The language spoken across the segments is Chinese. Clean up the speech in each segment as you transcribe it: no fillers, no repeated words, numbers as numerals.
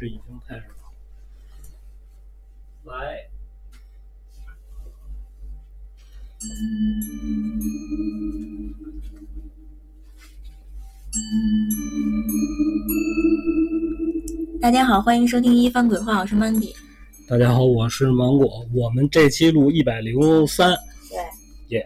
这已经开始了。来， 大家好，欢迎收听一番鬼话，我是 Mandy。 大家好，我是芒果。我们这期录103。 对，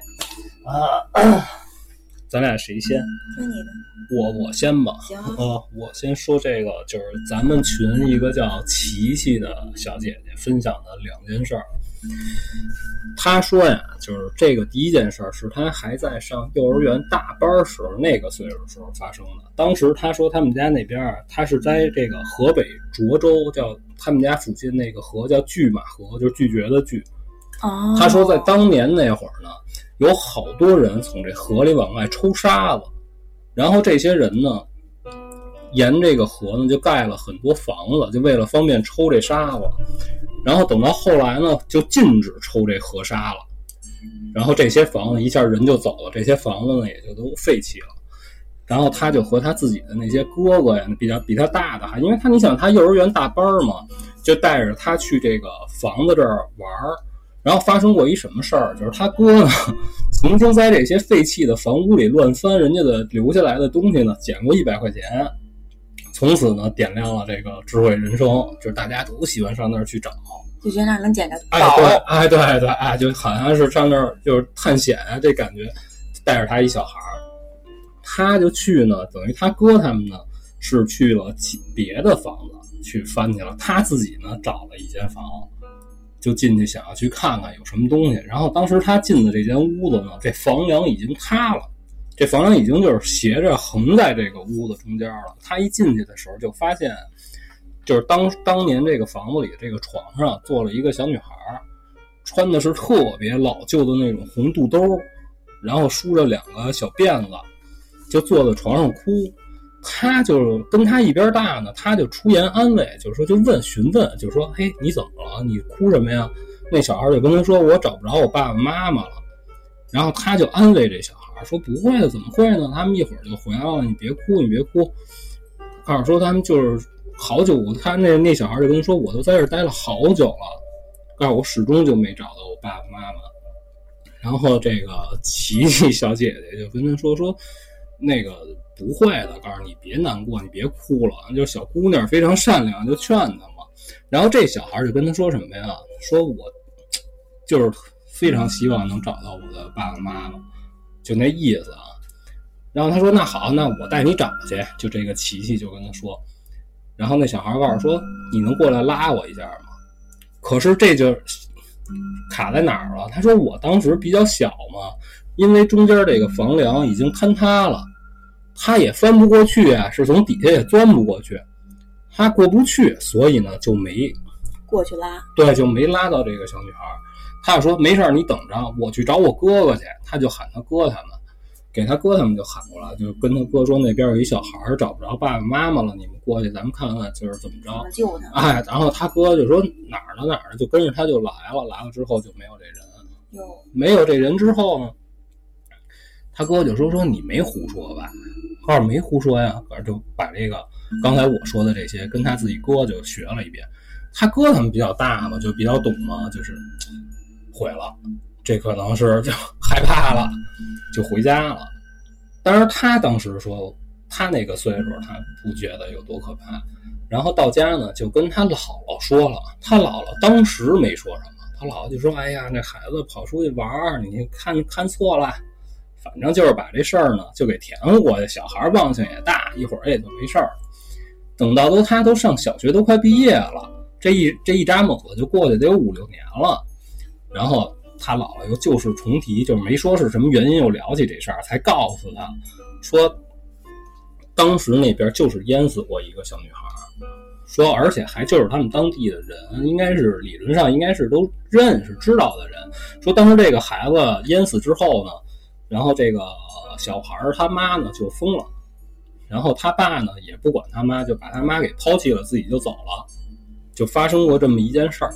咱俩谁先？ 听你的。 我先吧。 行。 我先说这个，就是咱们群一个叫琪琪的小姐姐分享的2件事儿。她说呀，就是这个第一件事是她还在上幼儿园大班时候那个岁数的时候发生的。当时她说他们家那边，她是在这个河北涿州，叫他们家附近那个河叫拒马河，就是拒绝的拒。她说在当年那会儿呢，有好多人从这河里往外抽沙子，然后这些人呢沿这个河呢就盖了很多房子，就为了方便抽这沙子。然后等到后来呢就禁止抽这河沙了，然后这些房子一下人就走了，这些房子呢也就都废弃了。然后他就和他自己的那些哥哥呀，比他大的，因为你想他幼儿园大班嘛，就带着他去这个房子这儿玩。然后发生过一什么事儿，就是他哥呢曾经在这些废弃的房屋里乱翻人家的留下来的东西呢，捡过100块钱。从此呢点亮了这个智慧人生，就是大家都喜欢上那儿去找， 就觉得那儿能捡着宝。 对，就好像是上那儿就是探险啊，这感觉。带着他一小孩，他就去呢，等于他哥他们呢是去了别的房子去翻去了，他自己呢找了一间房，就进去想要去看看有什么东西。然后当时他进的这间屋子呢，这房梁已经塌了，这房梁已经就是斜着横在这个屋子中间了。他一进去的时候就发现，就是当年这个房子里这个床上坐了一个小女孩，穿的是特别老旧的那种红肚兜，然后梳着2个小辫子，就坐在床上哭。他就跟他一边大呢，他就出言安慰，就是说就询问，就是说嘿，你怎么了？你哭什么呀？那小孩就跟他说我找不着我爸爸妈妈了。然后他就安慰这小孩说不会的，怎么会呢？他们一会儿就回来了，你别哭你别哭。告诉说他们就是好久，他那小孩就跟他说我都在这儿待了好久了，告诉我始终就没找到我爸爸妈妈。然后这个琪琪小姐姐就跟他说那个不会的，告诉你别难过，你别哭了，就小姑娘非常善良，就劝他嘛。然后这小孩就跟他说什么呀，说我就是非常希望能找到我的爸爸妈妈，就那意思啊。然后他说那好，那我带你找去，就这个琪琪就跟他说。然后那小孩告诉说你能过来拉我一下吗？可是这就卡在哪儿了？他说我当时比较小嘛，因为中间这个房梁已经坍塌了，他也翻不过去啊，是从底下也钻不过去，他过不去，所以呢就没过去拉。 对，就没拉到这个小女孩。他就说没事你等着，我去找我哥哥去。他就喊他哥他们，给他哥他们就喊过来，就跟他哥说那边有一小孩找不着爸爸妈妈了，你们过去咱们看看就是怎么着救他。 然后他哥就说哪儿呢，就跟着他就来了之后就没有这人。没有这人之后呢，他哥就说你没胡说吧？告诉没胡说呀，就把这个刚才我说的这些跟他自己哥就学了一遍。他哥他们比较大嘛，就比较懂嘛，就是毁了，这可能是就害怕了，就回家了。当然他当时说他那个岁数他不觉得有多可怕。然后到家呢就跟他姥姥说了，他姥姥当时没说什么，他姥姥就说哎呀那孩子跑出去玩，你看错了，反正就是把这事儿呢就给填过去。小孩忘性也大，一会儿也就没事儿。等到他都上小学，都快毕业了，这一扎猛子就过去得有5-6年了。然后他姥姥又旧事重提，就是没说是什么原因又聊起这事儿，才告诉他说当时那边就是淹死过一个小女孩，说而且还就是他们当地的人，应该是理论上应该是都认识知道的人。说当时这个孩子淹死之后呢，然后这个小孩他妈呢就疯了，然后他爸呢也不管他妈，就把他妈给抛弃了，自己就走了。就发生过这么一件事儿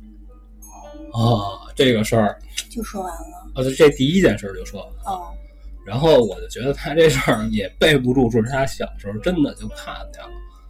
这个事儿就说完了这第一件事就说完了然后我就觉得他这事儿也背不住，说是他小时候真的就看见了。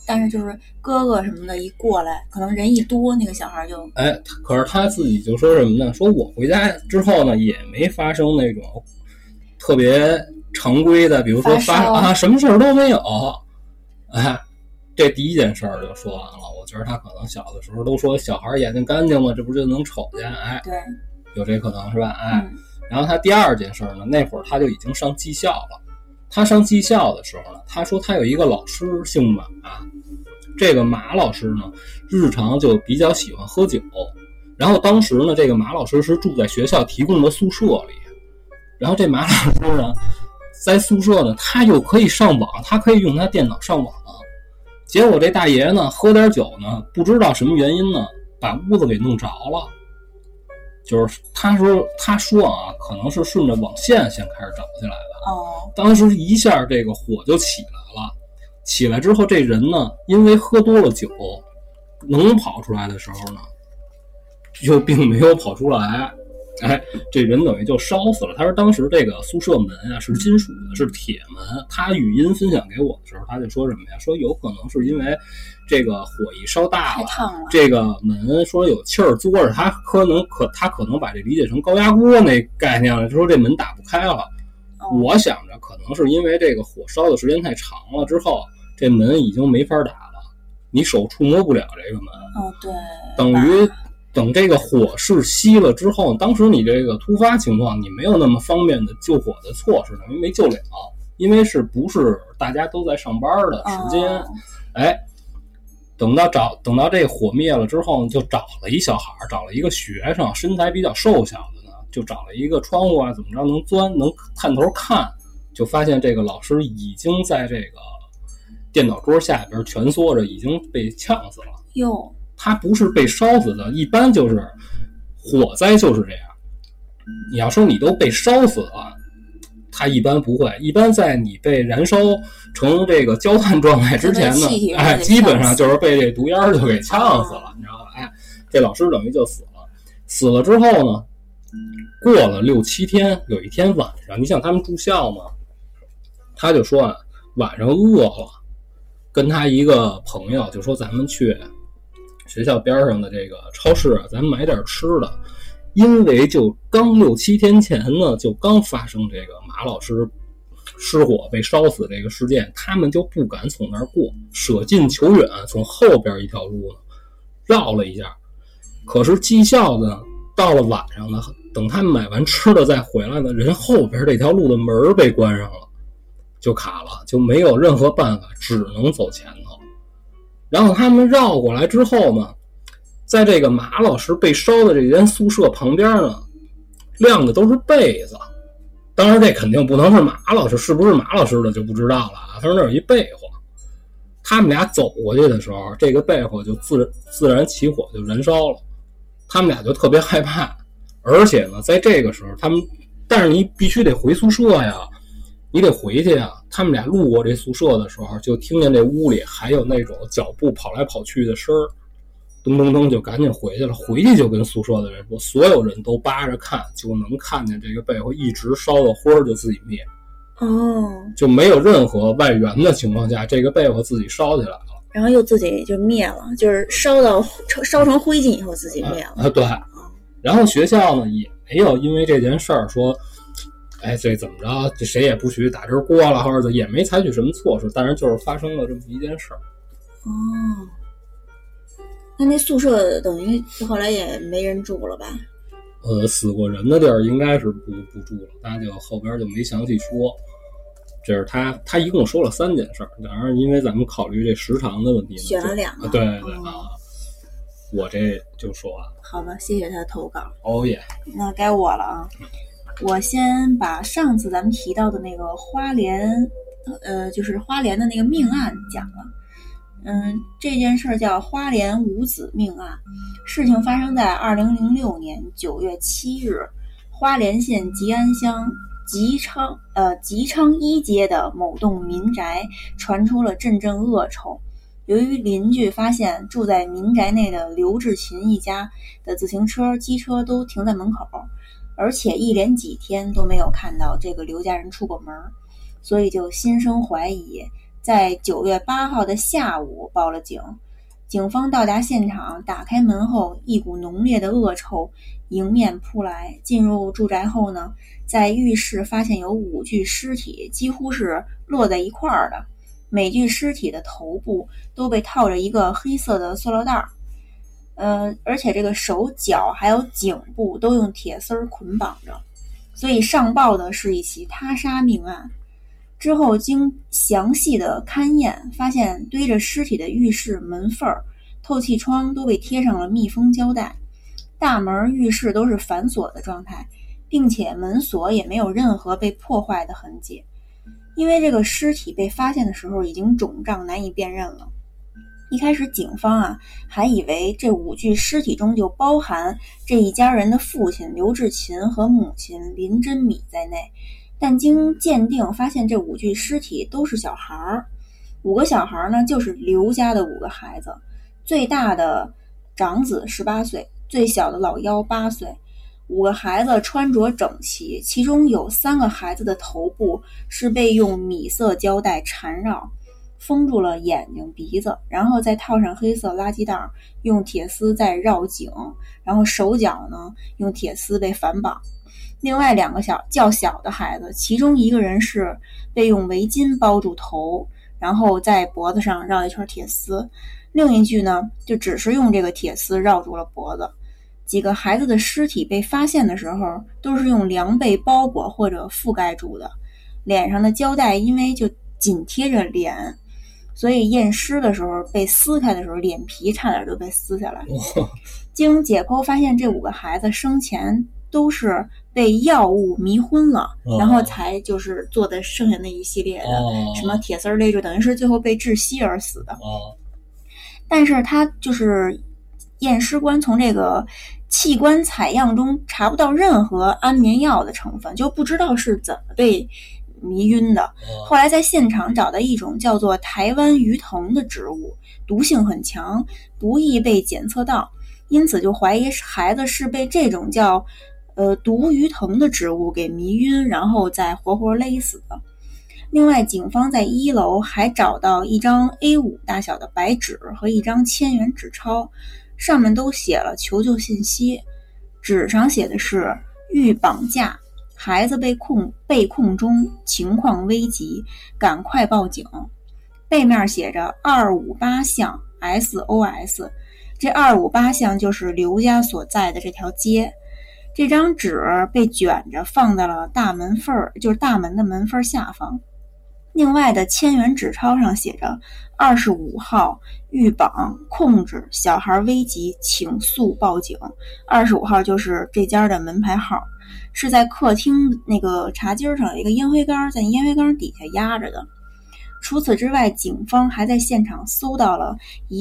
但是就是哥哥什么的一过来，可能人一多，那个小孩就可是他自己就说什么呢？说我回家之后呢，也没发生那种特别常规的，比如说什么事儿都没有。这第一件事儿就说完了。我觉得他可能小的时候都说小孩眼睛干净了，这不就能瞅见？ 对， 有这可能是吧？然后他第二件事呢，那会儿他就已经上技校了。他上技校的时候呢，他说他有一个老师姓马，这个马老师呢，日常就比较喜欢喝酒。然后当时呢，这个马老师是住在学校提供的宿舍里。然后这马老师呢，在宿舍呢，他又可以上网，他可以用他电脑上网。结果这大爷呢，喝点酒呢，不知道什么原因呢，把屋子给弄着了。就是他说可能是顺着网线先开始着起来的。当时一下这个火就起来了。起来之后，这人呢，因为喝多了酒，能跑出来的时候呢，就并没有跑出来。这人等于就烧死了。他说当时这个宿舍门是金属的，是铁门。他语音分享给我的时候，他就说什么呀？说有可能是因为这个火一烧大了，这个门说有气儿嘬着，他可能把这理解成高压锅那概念了，就说这门打不开了。我想着可能是因为这个火烧的时间太长了之后，这门已经没法打了，你手触摸不了这个门。 对， 等这个火势熄了之后，当时你这个突发情况，你没有那么方便的救火的措施，等于没救了，因为不是大家都在上班的时间。等到这火灭了之后，就找了一小孩，找了一个学生，身材比较瘦小的呢，就找了一个窗户怎么着能探头看，就发现这个老师已经在这个电脑桌下边蜷缩着，已经被呛死了。 哟。 他不是被烧死的，一般就是火灾就是这样。你要说你都被烧死了，他一般不会，一般在你被燃烧成这个焦炭状态之前呢，基本上就是被这毒烟就给呛死了，你知道吧？这老师等于就死了。死了之后呢，过了6、7天，有一天晚上，你想他们住校嘛，他就说晚上饿了，跟他一个朋友就说咱们去学校边上的这个超市咱们买点吃的。因为就刚6、7天前呢，就刚发生这个马老师失火被烧死这个事件，他们就不敢从那儿过，舍近求远，从后边一条路呢绕了一下。可是技校呢，到了晚上呢，等他们买完吃的再回来呢，人后边这条路的门被关上了，就卡了，就没有任何办法，只能走前头。然后他们绕过来之后呢，在这个马老师被烧的这间宿舍旁边呢，晾的都是被子。当然这肯定不能是马老师，是不是马老师的就不知道了。他说那有一被窝，他们俩走过去的时候，这个被窝就自然起火，就燃烧了。他们俩就特别害怕，而且呢，在这个时候但是你必须得回宿舍呀，你得回去呀。他们俩路过这宿舍的时候，就听见这屋里还有那种脚步跑来跑去的声儿，噔噔噔就赶紧回去了。回去就跟宿舍的人说，所有人都扒着看，就能看见这个被窝一直烧到灰就自己灭。就没有任何外援的情况下，这个被窝自己烧起来了， 然后又自己就灭了，就是烧成灰烬以后自己灭了。 对。然后学校呢也没有因为这件事儿说这怎么着，这谁也不许打这锅了，或者也没采取什么措施，但是就是发生了这么一件事儿。 那宿舍等于后来也没人住了吧？ 死过人的地儿应该是不住了，他就后边就没详细说。这是他一共说了3件事儿，当然因为咱们考虑这时长的问题呢， 选了2个。 对我这就说完了。 好吧，谢谢他的投稿。 那该我了啊。我先把上次咱们提到的那个花莲，就是花莲的那个命案讲了。这件事叫花莲五子命案。事情发生在2006年9月7日，花莲县吉安乡吉昌一街的某栋民宅传出了阵阵恶臭。由于邻居发现住在民宅内的刘志勤一家的自行车、机车都停在门口，而且一连几天都没有看到这个刘家人出过门，所以就心生怀疑， 在9月8号的下午报了警。警方到达现场，打开门后，一股浓烈的恶臭迎面扑来。进入住宅后呢，在浴室发现有5具尸体，几乎是摞在一块儿的，每具尸体的头部都被套着一个黑色的塑料袋儿。而且这个手脚还有颈部都用铁丝捆绑着，所以上报的是一起他杀命案。之后经详细的勘验，发现堆着尸体的浴室门缝、透气窗都被贴上了密封胶带，大门、浴室都是反锁的状态，并且门锁也没有任何被破坏的痕迹。因为这个尸体被发现的时候已经肿胀难以辨认了，一开始警方还以为这5具尸体中就包含这一家人的父亲刘志勤和母亲林珍米在内，但经鉴定发现这5具尸体都是小孩儿。5个小孩呢，就是刘家的5个孩子，最大的长子18岁，最小的老幺8岁。5个孩子穿着整齐，其中有3个孩子的头部是被用米色胶带缠绕，封住了眼睛、鼻子，然后再套上黑色垃圾袋，用铁丝再绕颈，然后手脚呢用铁丝被反绑。另外2个较小的孩子，其中一个人是被用围巾包住头，然后在脖子上绕一圈铁丝，另一具呢就只是用这个铁丝绕住了脖子。几个孩子的尸体被发现的时候都是用凉被包裹或者覆盖住的，脸上的胶带因为就紧贴着脸，所以验尸的时候被撕开的时候脸皮差点就被撕下来。经解剖发现这5个孩子生前都是被药物迷昏了，然后才就是做的剩下那一系列的什么铁丝勒住，等于是最后被窒息而死的。但是他就是验尸官从这个器官采样中查不到任何安眠药的成分，就不知道是怎么被迷晕的。后来在现场找到一种叫做台湾鱼藤的植物，毒性很强，不易被检测到，因此就怀疑孩子是被这种叫毒鱼藤的植物给迷晕，然后再活活勒死的。另外警方在1楼还找到一张 A5 大小的白纸和一张1000元纸钞，上面都写了求救信息。纸上写的是遇绑架，孩子被控中，情况危急，赶快报警。背面写着258巷 SOS， 这258巷就是刘家所在的这条街。这张纸被卷着放在了大门缝，就是大门的门缝下方。另外的1000元纸钞上写着25号遇绑控制，小孩危急，请速报警。25号就是这家的门牌号，是在客厅那个茶几上有一个烟灰缸，在烟灰缸底下压着的。除此之外，警方还在现场搜到了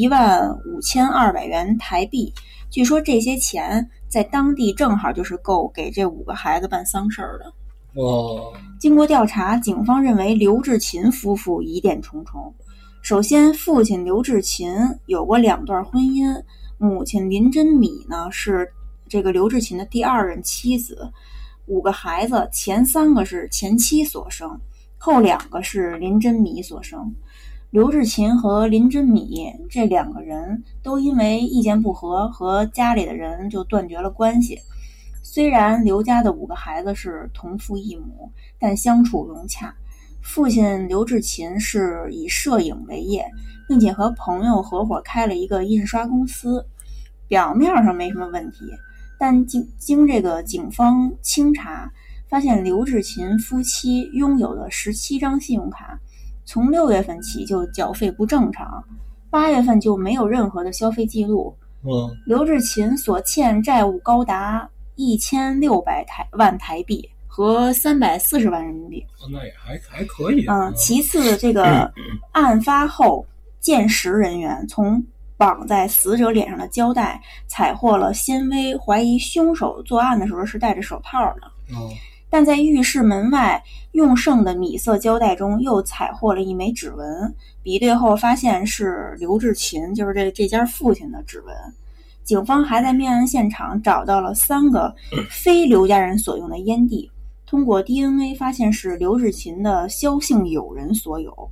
15200元台币，据说这些钱在当地正好就是够给这5个孩子办丧事儿的。经过调查，警方认为刘志勤夫妇疑点重重。首先，父亲刘志勤有过2段婚姻，母亲林珍米呢是这个刘志勤的第2任妻子。5个孩子，前3个是前妻所生，后2个是林珍米所生。刘志勤和林珍米这2个人都因为意见不合和家里的人就断绝了关系。虽然刘家的5个孩子是同父异母，但相处融洽。父亲刘志勤是以摄影为业，并且和朋友合伙开了一个印刷公司，表面上没什么问题，但经这个警方清查，发现刘志勤夫妻拥有的17张信用卡，从6月份起就缴费不正常，8月份就没有任何的消费记录。刘志勤所欠债务高达1600万台币和340万人民币， 那也还可以。 其次，这个案发后，鉴识人员从绑在死者脸上的胶带采获了纤维，怀疑凶手作案的时候是戴着手套的。但在浴室门外用剩的米色胶带中又采获了一枚指纹，比对后发现是刘志勤，就是这家父亲的指纹。警方还在命案现场找到了3个非刘家人所用的烟蒂，通过 DNA 发现是刘志勤的萧姓友人所有。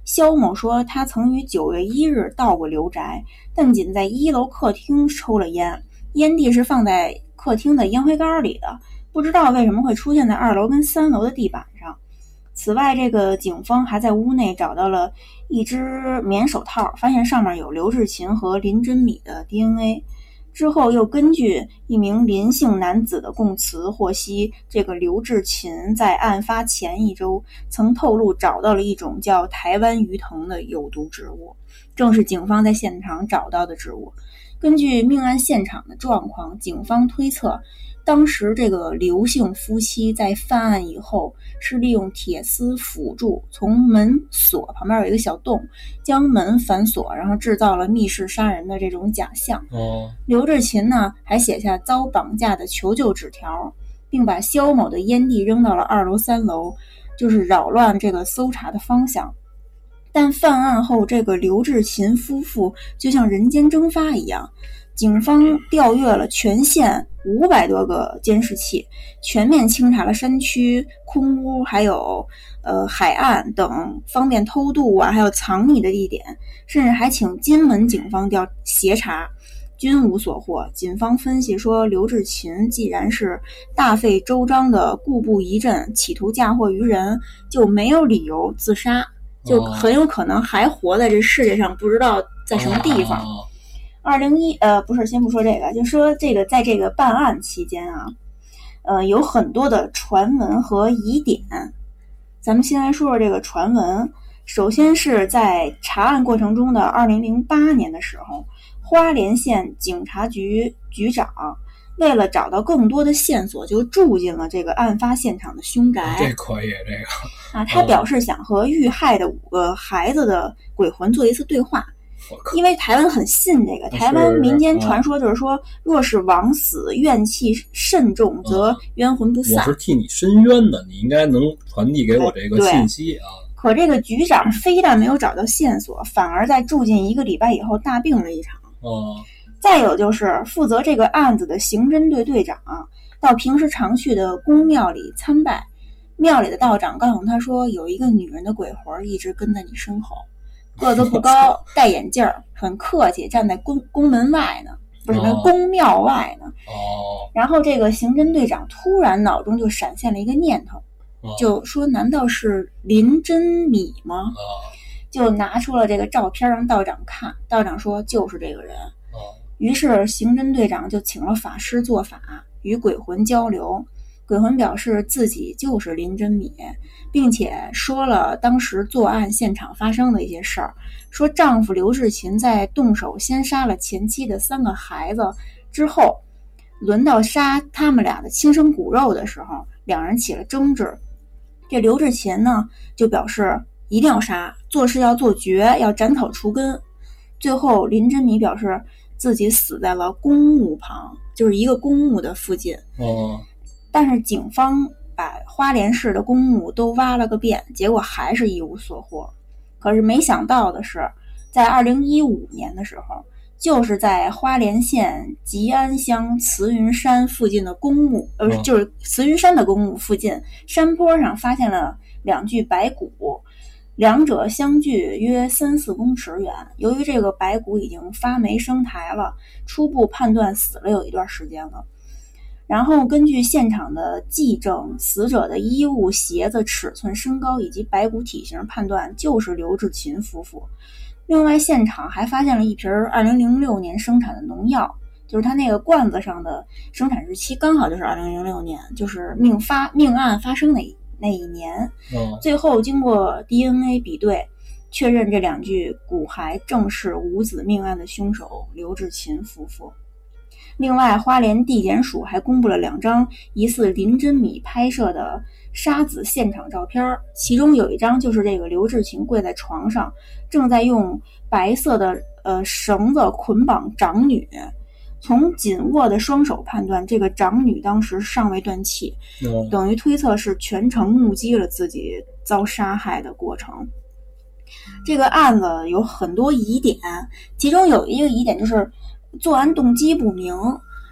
肖某说他曾于9月1日到过刘宅，但仅在1楼客厅抽了烟，烟蒂是放在客厅的烟灰缸里的，不知道为什么会出现在2楼跟3楼的地板上。此外，这个警方还在屋内找到了一只棉手套，发现上面有刘志勤和林真米的 DNA。之后又根据一名林姓男子的供词获悉，这个刘志勤在案发前1周曾透露找到了一种叫台湾鱼藤的有毒植物，正是警方在现场找到的植物。根据命案现场的状况，警方推测当时这个刘姓夫妻在犯案以后是利用铁丝辅助从门锁旁边有一个小洞将门反锁，然后制造了密室杀人的这种假象。刘志勤呢还写下遭绑架的求救纸条，并把肖某的烟蒂扔到了2楼3楼，就是扰乱这个搜查的方向。但犯案后，这个刘志勤夫妇就像人间蒸发一样，警方调阅了全县500多个监视器，全面清查了山区、空屋还有海岸等方便偷渡还有藏匿的地点，甚至还请金门警方协查，均无所获。警方分析说，刘志勤既然是大费周章的故布疑阵，企图嫁祸于人，就没有理由自杀，就很有可能还活在这世界上，不知道在什么地方。先不说这个，就说这个在这个办案期间有很多的传闻和疑点。咱们先来说说这个传闻。首先是在查案过程中的2008年的时候，花莲县警察局局长为了找到更多的线索，就住进了这个案发现场的凶宅。 这可以，这个他表示想和遇害的5个孩子的鬼魂做一次对话。因为台湾很信这个，台湾民间传说就是说，若是枉死怨气甚重，则冤魂不散。 我是替你申冤的，你应该能传递给我这个信息啊。 可这个局长非但没有找到线索，反而在住进1个礼拜以后大病了一场。再有就是负责这个案子的刑侦队队长到平时常去的宫庙里参拜，庙里的道长告诉他说，有一个女人的鬼魂一直跟在你身后，个子不高，戴眼镜，很客气，站在宫门外呢，不是宫庙外呢。然后这个刑侦队长突然脑中就闪现了一个念头，就说难道是林真米吗？就拿出了这个照片让道长看，道长说就是这个人。于是刑侦队长就请了法师做法，与鬼魂交流。鬼魂表示自己就是林真米，并且说了当时作案现场发生的一些事儿，说丈夫刘志勤在动手先杀了前妻的3个孩子之后，轮到杀他们俩的亲生骨肉的时候，两人起了争执。这刘志勤呢就表示一定要杀，做事要做绝，要斩草除根。最后林真米表示自己死在了公墓旁，就是一个公墓的附近。但是警方把花莲市的公墓都挖了个遍，结果还是一无所获。可是没想到的是，在2015年的时候，就是在花莲县吉安乡慈云山附近的公墓，就是慈云山的公墓附近山坡上发现了2具白骨，两者相距约3-4公尺远。由于这个白骨已经发霉生苔了，初步判断死了有一段时间了。然后根据现场的迹证，死者的衣物、鞋子、尺寸、身高以及白骨体型判断就是刘志勤夫妇。另外现场还发现了一瓶2006年生产的农药，就是他那个罐子上的生产日期刚好就是2006年，就是命案发生那一年。最后经过 DNA 比对，确认这2具骨骸正是5子命案的凶手刘志勤夫妇。另外花莲地检署还公布了2张疑似林真米拍摄的杀子现场照片，其中有一张就是这个刘志勤跪在床上，正在用白色的绳子捆绑长女。从紧握的双手判断，这个长女当时尚未断气，等于推测是全程目击了自己遭杀害的过程。这个案子有很多疑点，其中有一个疑点就是作案动机不明，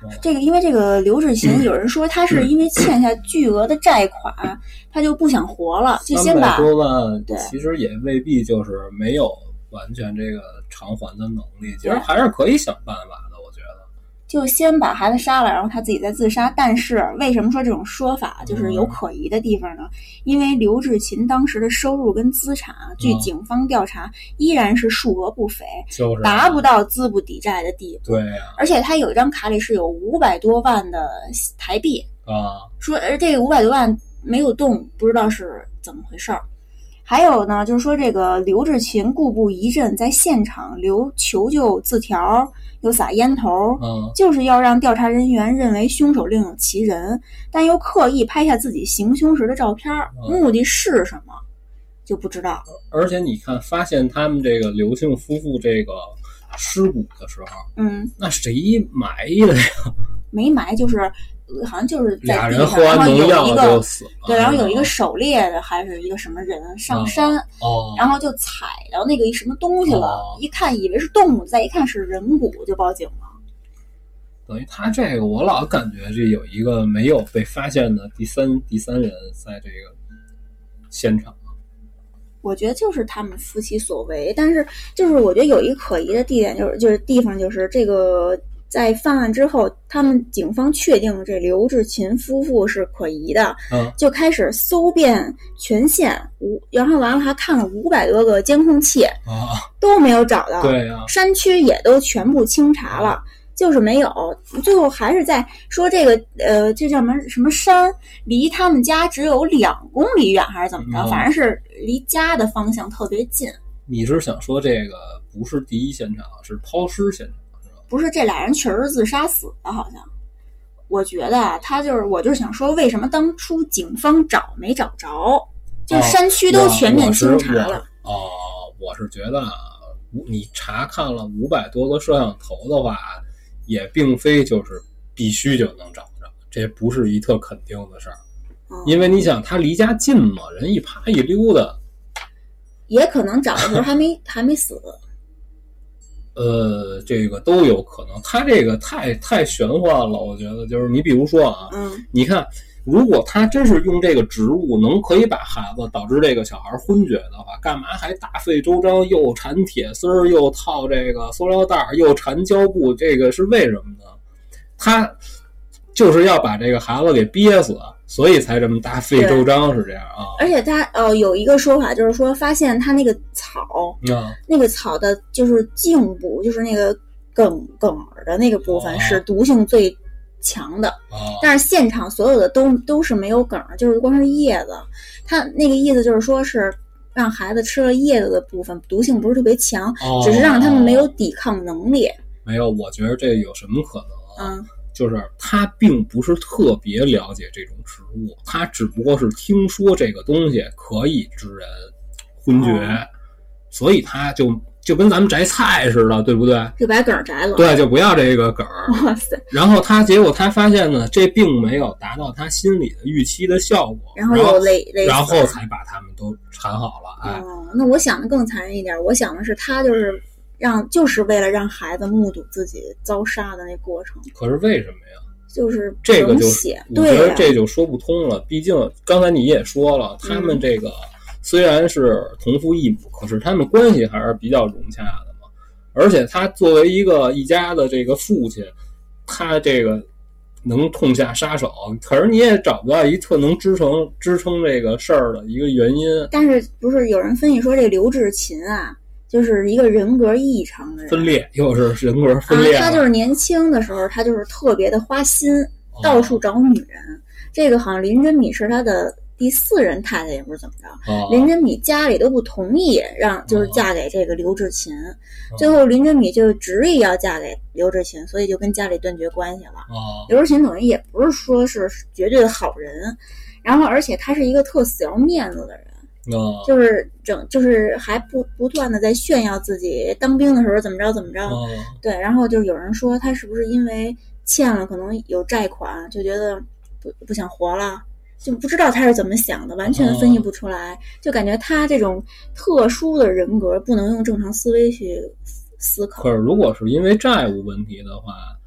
这个因为这个刘志勤，有人说他是因为欠下巨额的债款，他就不想活了，就先把 300多万， 对， 其实也未必就是没有完全这个偿还的能力，其实还是可以想办法的，我觉得。 就先把孩子杀了，然后他自己再自杀。但是为什么说这种说法就是有可疑的地方呢？因为刘志勤当时的收入跟资产，据警方调查，依然是数额不菲， 就是达不到资不抵债的地步。 对呀， 而且他有一张卡里是有500多万的台币啊， 说这个500多万没有动，不知道是怎么回事儿。还有呢，就是说这个刘志勤故布疑阵，在现场留求救字条，又撒烟头，就是要让调查人员认为凶手另有其人，但又刻意拍下自己行凶时的照片，目的是什么就不知道。 而且你看，发现他们这个刘姓夫妇这个尸骨的时候，那谁埋的呀？ 没埋，就是好像就是在俩地上， 人喝完农药就死了， 对，然后有一个狩猎的还是一个什么人上山，然后就踩到那个一什么东西了，一看以为是动物，再一看是人骨，就报警了。 等于他这个，我老感觉这有一个没有被发现的第三人在这个现场。 我觉得就是他们夫妻所为，但是就是我觉得有一个可疑的地点，就是地方就是这个。在犯案之后，他们警方确定这刘志勤夫妇是可疑的，就开始搜遍全县，然后完了还看了500多个监控器，都没有找到。 对呀， 山区也都全部清查了，就是没有。最后还是在说这个这叫什么山离他们家只有2公里远，还是怎么着？反正是离家的方向特别近。 你是想说这个不是第一现场，是抛尸现场？ 不是，这俩人确实自杀死的，好像。我觉得啊，我就是想说，为什么当初警方找没找着？就是山区都全面清查了。 我是觉得，你查看了500多个摄像头的话，也并非就是必须就能找着，这不是一特肯定的事儿。因为你想，他离家近嘛，人一趴一溜达， 也可能找的时候还没死。 这个都有可能，他这个太玄幻了，我觉得就是你比如说啊，你看，如果他真是用这个植物可以把孩子导致这个小孩昏厥的话，干嘛还大费周章又缠铁丝儿，又套这个塑料袋，又缠胶布，这个是为什么呢？他就是要把这个孩子给憋死，所以才这么大费周章，是这样啊。 而且他有一个说法，就是说发现他那个草，那个草的就是茎部，就是那个梗儿的那个部分是毒性最强的，但是现场所有的都是没有梗，就是光是叶子。他那个意思就是说是让孩子吃了叶子的部分毒性不是特别强，只是让他们没有抵抗能力。 没有，我觉得这有什么可能啊？就是他并不是特别了解这种植物，他只不过是听说这个东西可以致人昏厥，所以他就跟咱们摘菜似的，对不对？就把梗摘了。 对，就不要这个梗儿。 哇塞！ 然后结果他发现呢，这并没有达到他心里的预期的效果， 然后又累， 然后才把他们都缠好了。 那我想的更残忍一点，我想的是他就是为了让孩子目睹自己遭杀的那过程。 可是为什么呀？ 就是这个我觉得这就说不通了。毕竟刚才你也说了，他们这个虽然是同父异母，可是他们关系还是比较融洽的嘛。而且他作为一家的这个父亲，他这个能痛下杀手，可是你也找不到一特能支撑这个事儿的一个原因。 但是不是有人分析说这刘志勤啊？就是一个人格异常的人， 分裂，又是人格分裂。 他就是年轻的时候，他就是特别的花心，到处找女人。这个好像林真米是他的第4任太太，也不是怎么着。林真米家里都不同意就是嫁给这个刘志勤，最后林真米就执意要嫁给刘志勤，所以就跟家里断绝关系了。刘志勤等于也不是说是绝对的好人，然后而且他是一个特死要面子的人。就是还不断的在炫耀自己当兵的时候怎么着，对，然后就有人说他是不是因为欠了可能有债款，就觉得不想活了，就不知道他是怎么想的，完全分析不出来，就感觉他这种特殊的人格不能用正常思维去思考。 可是如果是因为债务问题的话，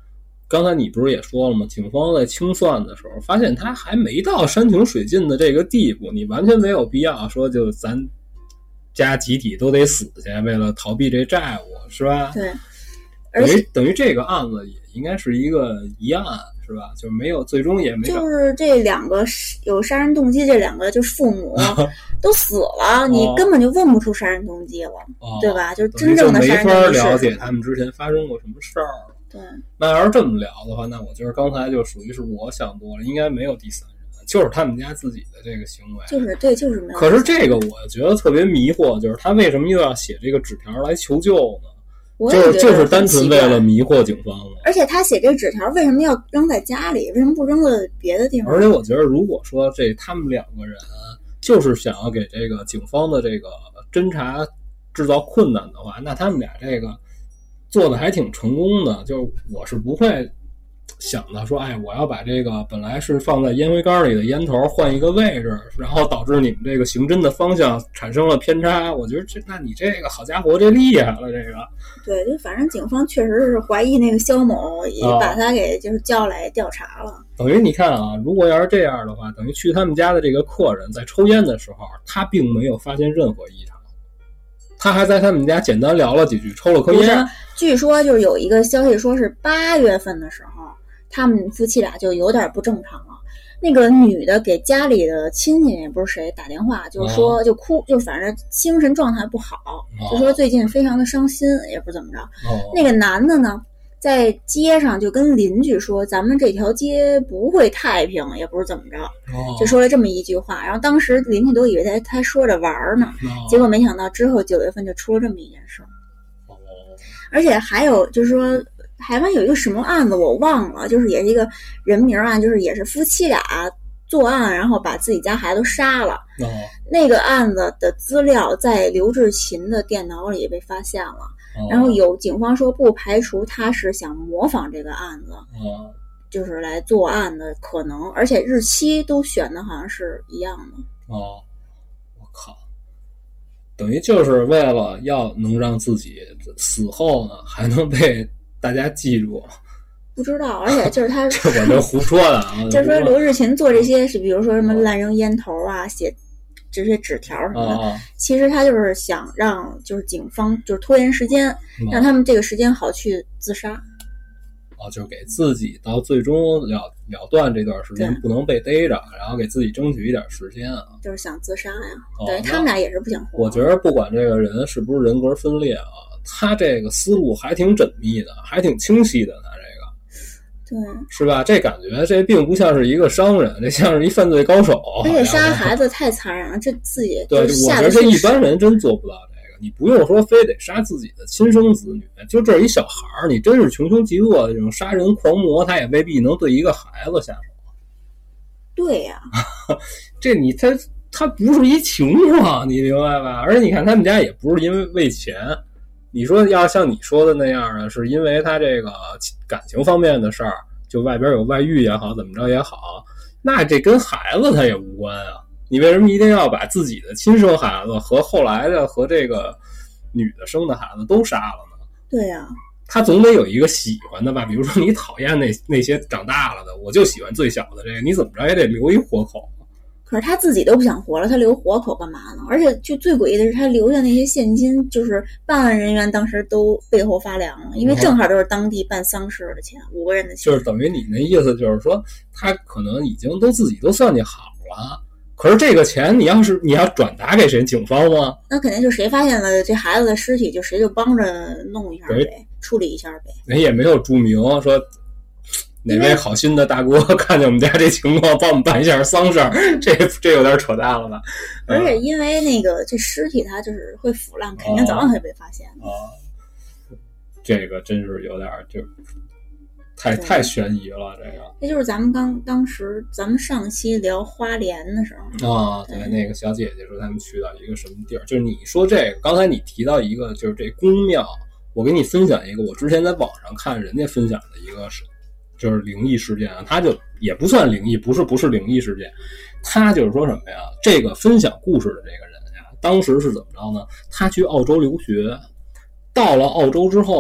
刚才你不是也说了吗？警方在清算的时候发现他还没到山穷水尽的这个地步，你完全没有必要说就咱家集体都得死去，为了逃避这债务，是吧？ 对，而且等于这个案子也应该是一个疑案，是吧？就没有最终也没就是这两个有杀人动机，这两个就是父母都死了，你根本就问不出杀人动机了，对吧？就是真正的杀人动机没法了解他们之前发生过什么事儿。 对， 那要是这么聊的话，那我觉得刚才就属于是我想多了，应该没有第三人，就是他们家自己的这个行为。 就是没有。 可是这个我觉得特别迷惑，就是他为什么又要写这个纸条来求救呢？就是单纯为了迷惑警方的。 而且他写这个纸条为什么要扔在家里？为什么不扔到别的地方？ 而且我觉得，如果说他们两个人就是想要给这个警方的这个侦查制造困难的话，那他们俩这个做的还挺成功的。就是我是不会想到说，我要把这个本来是放在烟灰缸里的烟头换一个位置，然后导致你们这个刑侦的方向产生了偏差。我觉得那你这个好家伙，这厉害了，这个。 对，就反正警方确实是怀疑那个肖某，也把他给就是叫来调查了。 等于你看啊，如果要是这样的话，等于去他们家的这个客人在抽烟的时候，他并没有发现任何异常，他还在他们家简单聊了几句，抽了颗烟。 据说就是有一个消息说是8月份的时候，他们夫妻俩就有点不正常了。那个女的给家里的亲戚也不是谁打电话，就是说就哭，就反正精神状态不好，就说最近非常的伤心，也不怎么着。那个男的呢，在街上就跟邻居说，咱们这条街不会太平，也不是怎么着，就说了这么一句话。然后当时邻居都以为他说着玩呢，结果没想到之后9月份就出了这么一件事。而且还有就是说，台湾有一个什么案子我忘了，就是也是一个人名案，就是也是夫妻俩作案，然后把自己家孩子都杀了。那个案子的资料在刘志勤的电脑里被发现了，然后有警方说不排除他是想模仿这个案子，就是来作案的可能，而且日期都选的好像是一样的。 我靠！等于就是为了要能让自己死后呢还能被大家记住。 不知道，而且就是他这我就胡说的啊。 就是说刘志勤做这些是比如说什么滥扔烟头啊，写这些纸条什么的，其实他就是想让就是警方就是拖延时间，让他们这个时间好去自杀。 就是给自己到最终了断这段时间不能被逮着，然后给自己争取一点时间啊， 就是想自杀呀。对，他们俩也是不想活。 我觉得不管这个人是不是人格分裂啊，他这个思路还挺缜密的，还挺清晰的。他这个，对，是吧？这感觉这并不像是一个商人，这像是一犯罪高手。 而且杀孩子太残忍了，这自己对，我觉得这一般人真做不到。你不用说非得杀自己的亲生子女，就这一小孩儿，你真是穷凶极恶的这种杀人狂魔，他也未必能对一个孩子下手。 对呀， 这他不是一情况，你明白吧？而且你看他们家也不是因为为钱，你说要像你说的那样的，是因为他这个感情方面的事儿，就外边有外遇也好，怎么着也好，那这跟孩子他也无关啊。你为什么一定要把自己的亲生孩子和后来的和这个女的生的孩子都杀了呢？ 对呀， 他总得有一个喜欢的吧？比如说你讨厌那些长大了的，我就喜欢最小的这个，你怎么着也得留一活口。 可是他自己都不想活了，他留活口干嘛呢？而且就最诡异的是，他留下那些现金，就是办案人员当时都背后发凉了，因为正好都是当地办丧事的钱，5个人的钱。 就是等于你那意思就是说，他可能已经自己都算计好了。可是这个钱你要转达给谁？警方吗？ 那肯定就谁发现了这孩子的尸体，就谁就帮着弄一下呗，处理一下呗。 人也没有注明说哪位好心的大哥看见我们家这情况，帮我们办一下丧事，这有点扯淡了吧？ 而且因为那个这尸体它就是会腐烂，肯定早晚会被发现的。 这个真是有点就太悬疑了，这个。 这就是咱们当时咱们上期聊花莲的时候对，那个小姐姐说他们去到一个什么地儿，就是你说这个，刚才你提到一个就是这宫庙，我给你分享一个我之前在网上看人家分享的一个就是灵异事件啊，他就也不算灵异，不是灵异事件，他就是说什么呀？这个分享故事的这个人呀，当时是怎么着呢？他去澳洲留学，到了澳洲之后呢，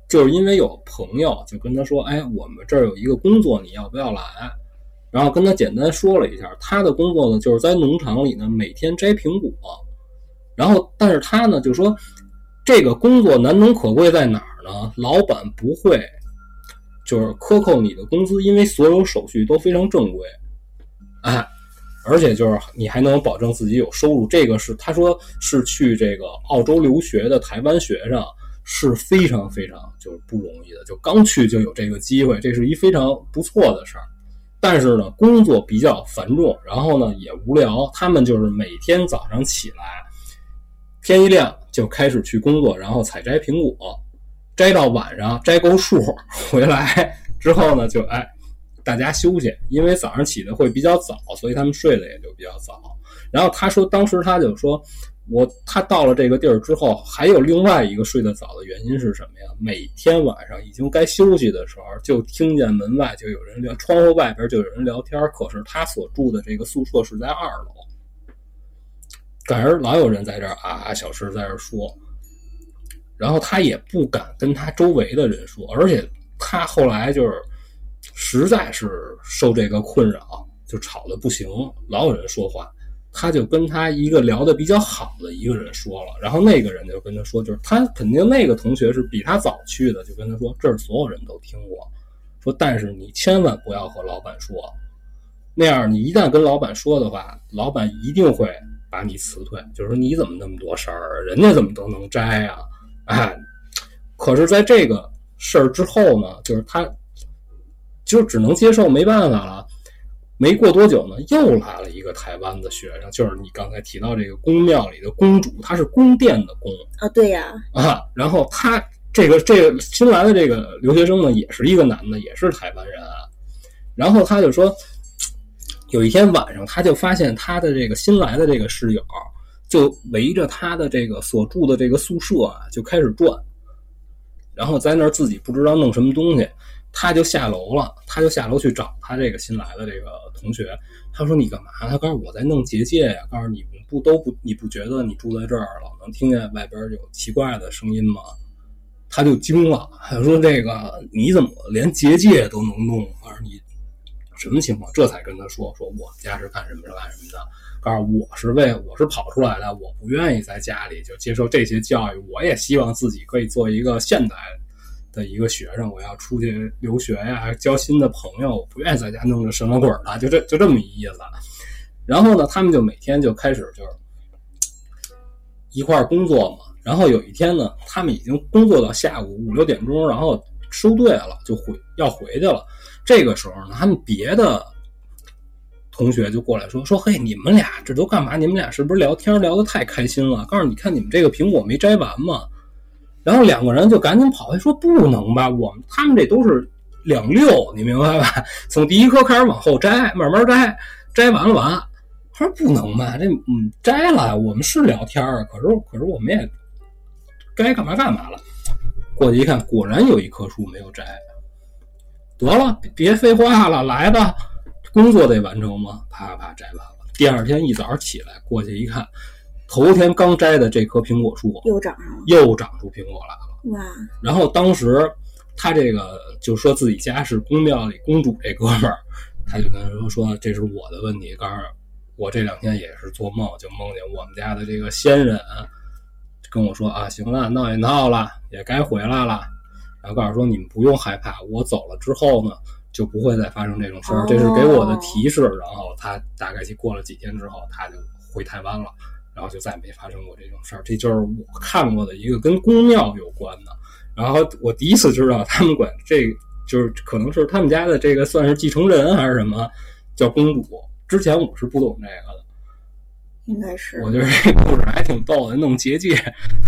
就是因为有朋友就跟他说，哎，我们这儿有一个工作，你要不要来？然后跟他简单说了一下，他的工作呢就是在农场里呢每天摘苹果。然后但是他呢就说，这个工作难能可贵在哪儿呢？老板不会就是克扣你的工资，因为所有手续都非常正规，哎，而且就是你还能保证自己有收入。这个是他说是去这个澳洲留学的台湾学生是非常非常就是不容易的，就刚去就有这个机会，这是一非常不错的事儿。但是呢，工作比较繁重，然后呢也无聊，他们就是每天早上起来，天一亮就开始去工作，然后采摘苹果，摘到晚上摘够数回来之后呢，就大家休息，因为早上起的会比较早，所以他们睡得也就比较早。然后他说，当时他就说，他到了这个地儿之后，还有另外一个睡得早的原因是什么呀？每天晚上已经该休息的时候，就听见门外就有人聊，窗户外边就有人聊天。可是他所住的这个宿舍是在2楼，感觉老有人在这儿小声在这儿说。然后他也不敢跟他周围的人说，而且他后来就是实在是受这个困扰，就吵得不行，老有人说话。他就跟他一个聊得比较好的一个人说了，然后那个人就跟他说，就是他肯定那个同学是比他早去的，就跟他说，这是所有人都听过，说但是你千万不要和老板说，那样你一旦跟老板说的话，老板一定会把你辞退，就是说你怎么那么多事儿，人家怎么都能摘啊。可是在这个事儿之后呢，就是他就只能接受，没办法了。没过多久呢，又来了一个台湾的学生，就是你刚才提到这个宫庙里的宫主，他是宫殿的宫啊，对呀， 然后他这个新来的这个留学生呢，也是一个男的，也是台湾人啊。然后他就说，有一天晚上，他就发现他的这个新来的这个室友，就围着他的这个所住的这个宿舍就开始转，然后在那儿自己不知道弄什么东西。他就下楼了，去找他这个新来的这个同学。他说你干嘛？他告诉我在弄结界呀。告诉你你不觉得你住在这儿老能听见外边有奇怪的声音吗？他就惊了，他说这个你怎么连结界都能弄？告诉你什么情况？这才跟他说我们家是干什么的。告诉我是跑出来的，我不愿意在家里就接受这些教育，我也希望自己可以做一个现代的一个学生，我要出去留学呀，交新的朋友，我不愿意在家弄着神了鬼了，就这么一意思。然后呢，他们就每天就开始就是一块工作嘛。然后有一天呢，他们已经工作到下午5、6点钟，然后收队了，就要回去了。这个时候呢，他们别的同学就过来说嘿，你们俩这都干嘛？你们俩是不是聊天聊得太开心了？告诉你看你们这个苹果没摘完吗？然后2个人就赶紧跑回来说，不能吧，他们这都是2/6，你明白吧？从第一颗开始往后摘，慢慢摘完了完。他说不能吧，这摘了，我们是聊天可是我们也该干嘛了。过去一看，果然有一棵树没有摘。得了，别废话了，来吧，工作得完成嘛，啪啪摘完了。第二天一早起来过去一看，头天刚摘的这棵苹果树又长出苹果来了。 哇！ 然后当时他这个就说自己家是宫庙里公主这哥们儿，他就跟他说这是我的问题，告诉我这2天也是做梦，就梦见我们家的这个仙人跟我说行了，闹也闹了，也该回来了。然后告诉说你们不用害怕，我走了之后呢，就不会再发生这种事儿，这是给我的提示。然后他大概过了几天之后，他就回台湾了。然后就再没发生过这种事儿，这就是我看过的一个跟宫庙有关的。然后我第一次知道他们管这就是可能是他们家的这个算是继承人还是什么叫公主，之前我是不懂这个的。 应该是。 我觉得这故事还挺逗的，弄结界。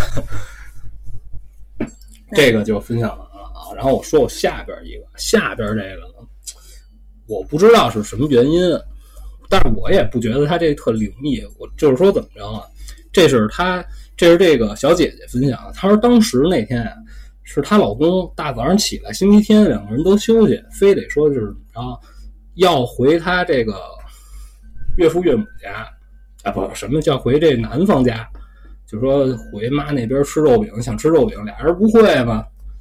这个就分享完了啊。然后我说我下边这个呢，我不知道是什么原因。但是我也不觉得他这特灵异，我就是说怎么着啊？这是这个小姐姐分享的。她说当时那天是她老公大早上起来，星期天2个人都休息，非得说就是要回他这个岳父岳母家不什么叫回这男方家，就说回妈那边吃肉饼，想吃肉饼，俩人不会嘛。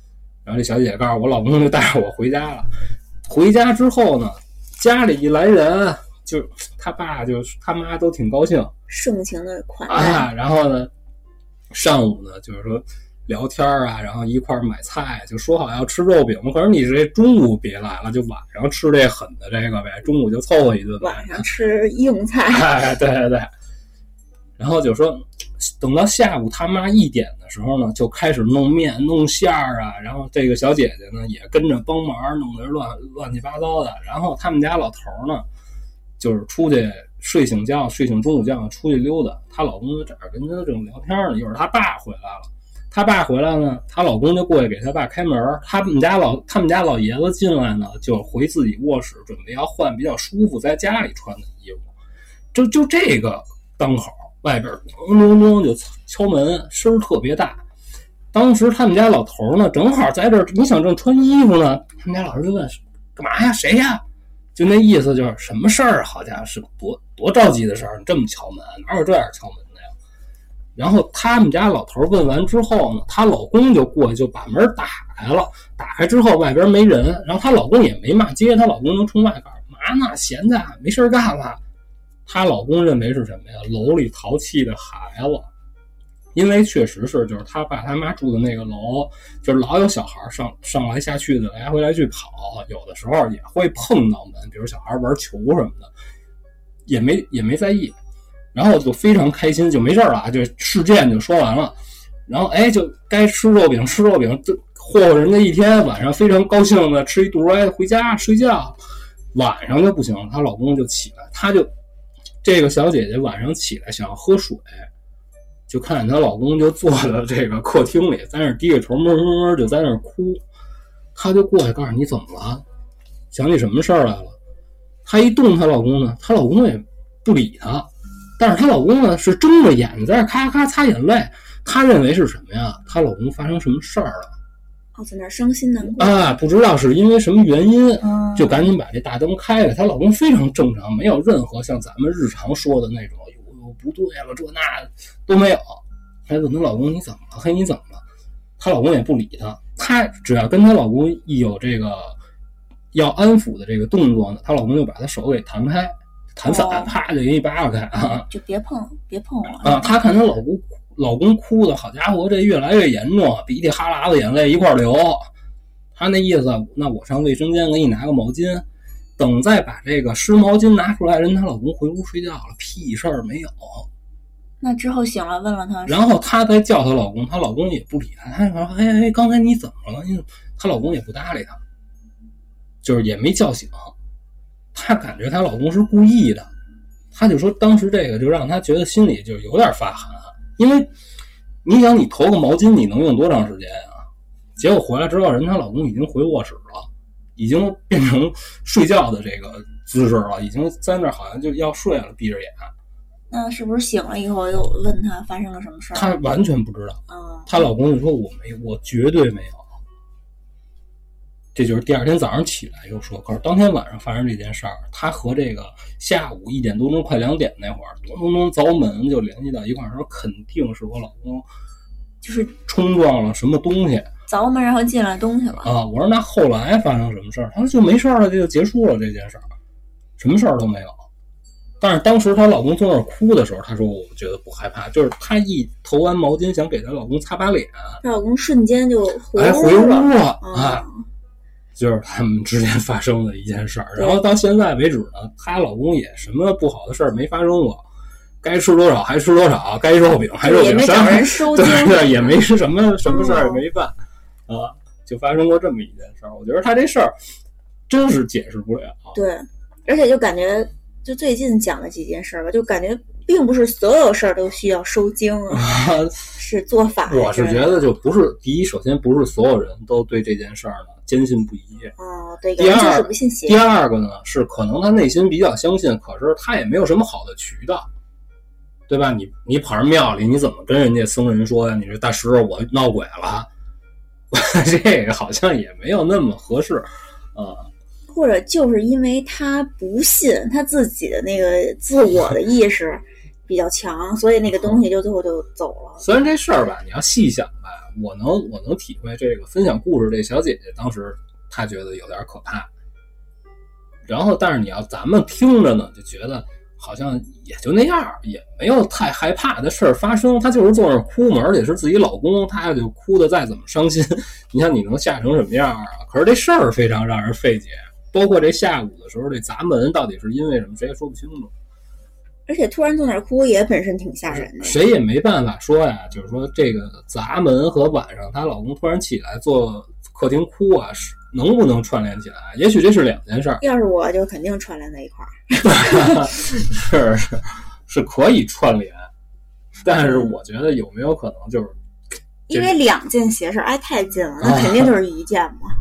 然后这小姐姐告诉我老公就带着我回家了。回家之后呢，家里一来人，就他爸就他妈都挺高兴， 盛情的款待啊。然后呢，上午呢就是说聊天啊，然后一块买菜，就说好要吃肉饼。可是你这中午别来了，就晚上吃这狠的这个呗，中午就凑合一顿。 晚上吃硬菜。 哎，对对对。然后就说，等到下午他妈1点的时候呢，就开始弄面、弄馅儿啊。然后这个小姐姐呢也跟着帮忙，弄得乱七八糟的。然后他们家老头呢，就是出去睡醒中午觉出去溜达。她老公就这儿跟她这种聊天呢。一会儿她爸回来了，她爸回来呢，她老公就过去给她爸开门。他们家老爷子进来呢，就回自己卧室，准备要换比较舒服在家里穿的衣服。就这个当口。外边咚咚咚就敲门，声特别大。当时他们家老头呢，正好在这儿，你想正穿衣服呢，他们家老人就问：“干嘛呀？谁呀？”就那意思就是什么事儿？好家伙，是多着急的事儿，你这么敲门，哪有这样敲门的呀？然后他们家老头问完之后呢，她老公就过去就把门打开了。打开之后外边没人，然后她老公也没骂街，她老公就冲外告：“嘛呢？闲着，没事干了。”她老公认为是什么呀？楼里淘气的孩子，因为确实是，就是他爸他妈住的那个楼，就是老有小孩上来下去的，来回来去跑，有的时候也会碰到门，比如小孩玩球什么的，也没在意，然后就非常开心，就没事了，就事件就说完了，然后就该吃肉饼，就霍霍人家一天，晚上非常高兴的吃一肚回家睡觉，晚上就不行了，她老公就起来，这个小姐姐晚上起来想要喝水，就看见她老公就坐在这个客厅里，在那低着头闷就在那哭。她就过去告诉你怎么了，想起什么事儿来了。她一动她老公呢，她老公也不理她，但是她老公呢是睁着眼在那咔咔擦眼泪。她认为是什么呀？她老公发生什么事儿了？ 在那伤心难过啊，不知道是因为什么原因，就赶紧把这大灯开开。她老公非常正常，没有任何像咱们日常说的那种不对了这那都没有。还问她老公你怎么了？你怎么了？她老公也不理她，她只要跟她老公一有这个要安抚的这个动作呢，她老公就把她手给弹开，弹散，啪就给你扒拉开啊！ 就别碰我啊！她看她老公哭的好家伙，这越来越严重，鼻涕哈喇子眼泪一块流。他那意思，那我上卫生间给你拿个毛巾，等再把这个湿毛巾拿出来，她老公回屋睡觉了，屁事儿没有。 那之后醒了问了他， 然后她再叫她老公，她老公也不理她，她说刚才你怎么了？她老公也不搭理她，就是也没叫醒。她感觉她老公是故意的，她就说当时这个就让她觉得心里就有点发寒。因为你想你投个毛巾你能用多长时间啊？结果回来之后她老公已经回卧室了，已经变成睡觉的这个姿势了，已经在那好像就要睡了，闭着眼。 那是不是醒了以后又问他发生了什么事儿？ 她完全不知道。她老公就说我绝对没有。这就是第二天早上起来又说，可是当天晚上发生这件事儿，她和这个下午1点多钟快2点那会儿咚咚咚凿门就联系到一块儿，说肯定是我老公就是冲撞了什么东西， 凿门然后进来东西了啊！我说那后来发生什么事儿？她说就没事了，这就结束了这件事儿，什么事儿都没有。但是当时她老公坐那儿哭的时候，她说我觉得不害怕，就是她一投完毛巾想给她老公擦把脸， 她老公瞬间就回屋了啊！就是他们之间发生的一件事儿，然后到现在为止呢，她老公也什么不好的事儿没发生过，该吃多少还吃多少，该肉饼还肉饼， 也没找人收惊， 对，也没是什么事儿也没办啊，就发生过这么一件事儿。我觉得他这事儿真是解释不了。 对，而且就感觉就最近讲的几件事吧，就感觉并不是所有事儿都需要收惊是做法。 我是觉得就不是第一，首先不是所有人都对这件事儿呢坚信不疑。 对，有人就是不信邪。 第二个呢是可能他内心比较相信，可是他也没有什么好的渠道，对吧？你跑上庙里，你怎么跟人家僧人说呀？你说大师我闹鬼了，这个好像也没有那么合适啊。 或者就是因为他不信，他自己的那个自我的意识比较强，所以那个东西就最后就走了。 虽然这事儿吧，你要细想吧，我能体会这个分享故事这小姐姐当时她觉得有点可怕，然后但是你要咱们听着呢，就觉得好像也就那样，也没有太害怕的事儿发生。她就是坐那儿哭嘛，而且是自己老公，她就哭的再怎么伤心，你看你能吓成什么样啊？可是这事儿非常让人费解，包括这下午的时候这砸门到底是因为什么，谁也说不清楚。 而且突然坐那儿哭也本身挺吓人的， 谁也没办法说呀，就是说这个砸门和晚上她老公突然起来坐客厅哭啊，能不能串联起来？也许这是两件事儿。 要是我就肯定串联在一块儿。 是可以串联，但是我觉得有没有可能就是因为两件邪事挨太近了，那肯定就是一件嘛。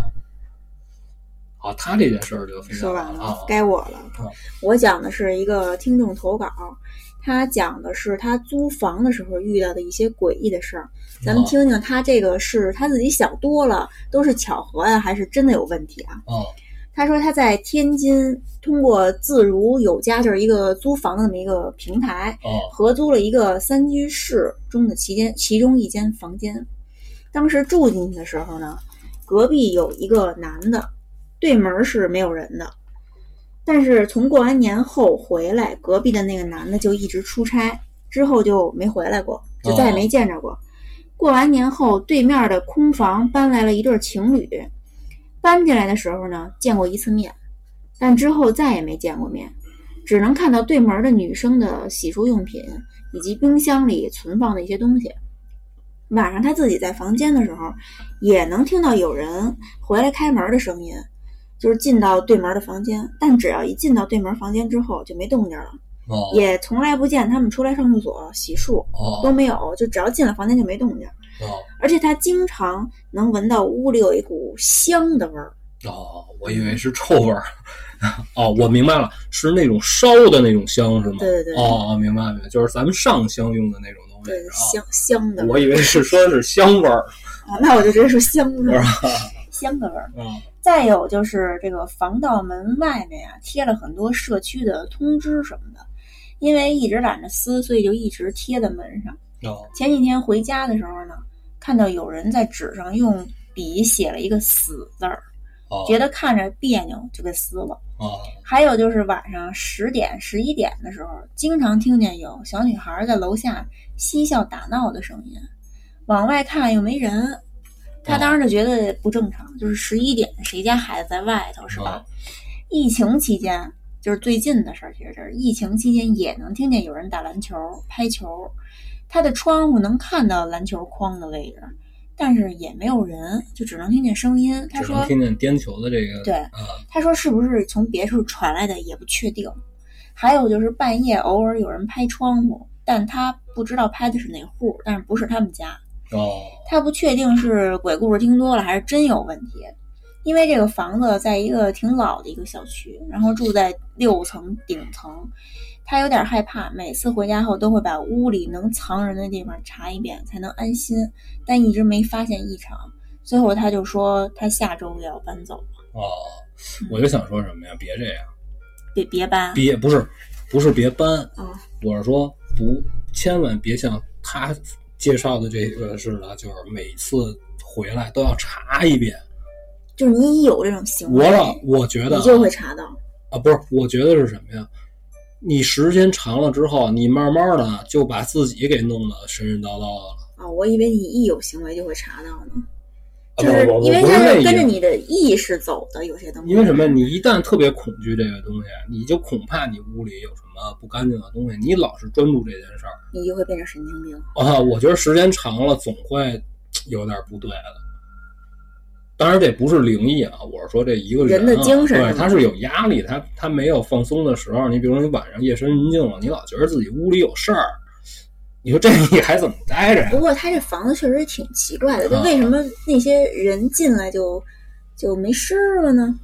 好，他这件事儿就非常说完了，该我了。我讲的是一个听众投稿，他讲的是他租房的时候遇到的一些诡异的事儿。咱们听听他这个是他自己想多了，都是巧合呀，还是真的有问题啊？他说他在天津通过自如有家，就是一个租房的那么一个平台，合租了一个3居室中的其中一间房间。当时住进去的时候呢，隔壁有一个男的，对门是没有人的。但是从过完年后回来，隔壁的那个男的就一直出差，之后就没回来过，就再也没见着过。过完年后，对面的空房搬来了一对情侣。搬进来的时候呢，见过一次面，但之后再也没见过面，只能看到对门的女生的洗漱用品以及冰箱里存放的一些东西。晚上他自己在房间的时候，也能听到有人回来开门的声音，就是进到对门的房间，但只要一进到对门房间之后就没动静了。也从来不见他们出来上厕所洗漱，都没有，就只要进了房间就没动静。而且他经常能闻到屋里有一股香的味儿。 我以为是臭味儿。我明白了，是那种烧的那种香是吗？ 对对对。 明白，就是咱们上香用的那种东西。 对，香的。 我以为是说是香味儿。 那我就直接说香味儿。香的味儿。再有就是这个防盗门外面贴了很多社区的通知什么的，因为一直懒得撕，所以就一直贴在门上。前几天回家的时候呢，看到有人在纸上用笔写了一个死字儿，觉得看着别扭就给撕了。还有就是晚上10点11点的时候，经常听见有小女孩在楼下嬉笑打闹的声音，往外看又没人，他当时就觉得不正常，就是11点谁家孩子在外头是吧？疫情期间就是最近的事儿，其实这是疫情期间也能听见有人打篮球拍球，他的窗户能看到篮球框的位置，但是也没有人，就只能听见声音。他说只能听见颠球的这个。 对，他说是不是从别处传来的也不确定。还有就是半夜偶尔有人拍窗户，但他不知道拍的是哪户，但是不是他们家。他不确定是鬼故事听多了还是真有问题。因为这个房子在一个挺老的一个小区，然后住在6层顶层，他有点害怕，每次回家后都会把屋里能藏人的地方查一遍才能安心，但一直没发现异常。最后他就说他下周也要搬走了。 我就想说什么呀，别这样， 别搬， 不是别搬，我是说千万别像他介绍的这个似的，就是每次回来都要查一遍。 就是你有这种行为， 我觉得你就会查到不是，我觉得是什么呀？你时间长了之后，你慢慢的就把自己给弄得神神叨叨的了。 我以为你一有行为就会查到呢。就是因为它是跟着你的意识走的，有些东西。 因为什么？你一旦特别恐惧这个东西，你就恐怕你屋里有什么不干净的东西，你老是专注这件事儿， 你就会变成神经病。 我觉得时间长了总会有点不对的。当然这不是灵异啊，我是说这一个人的精神， 对，他是有压力，他没有放松的时候。你比如说你晚上夜深人静了，你老觉得自己屋里有事儿，你说这你还怎么待着呀？ 不过他这房子确实挺奇怪的，就为什么那些人进来就没事了呢？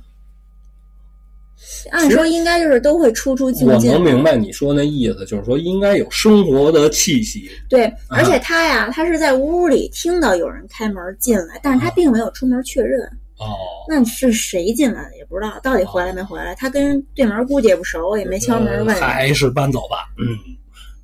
按说应该就是都会出进。 我能明白你说那意思，就是说应该有生活的气息。 对，而且他是在屋里听到有人开门进来，但是他并没有出门确认。那是谁进来的也不知道，到底回来没回来？他跟对门估计也不熟，也没敲门问。 还是搬走吧。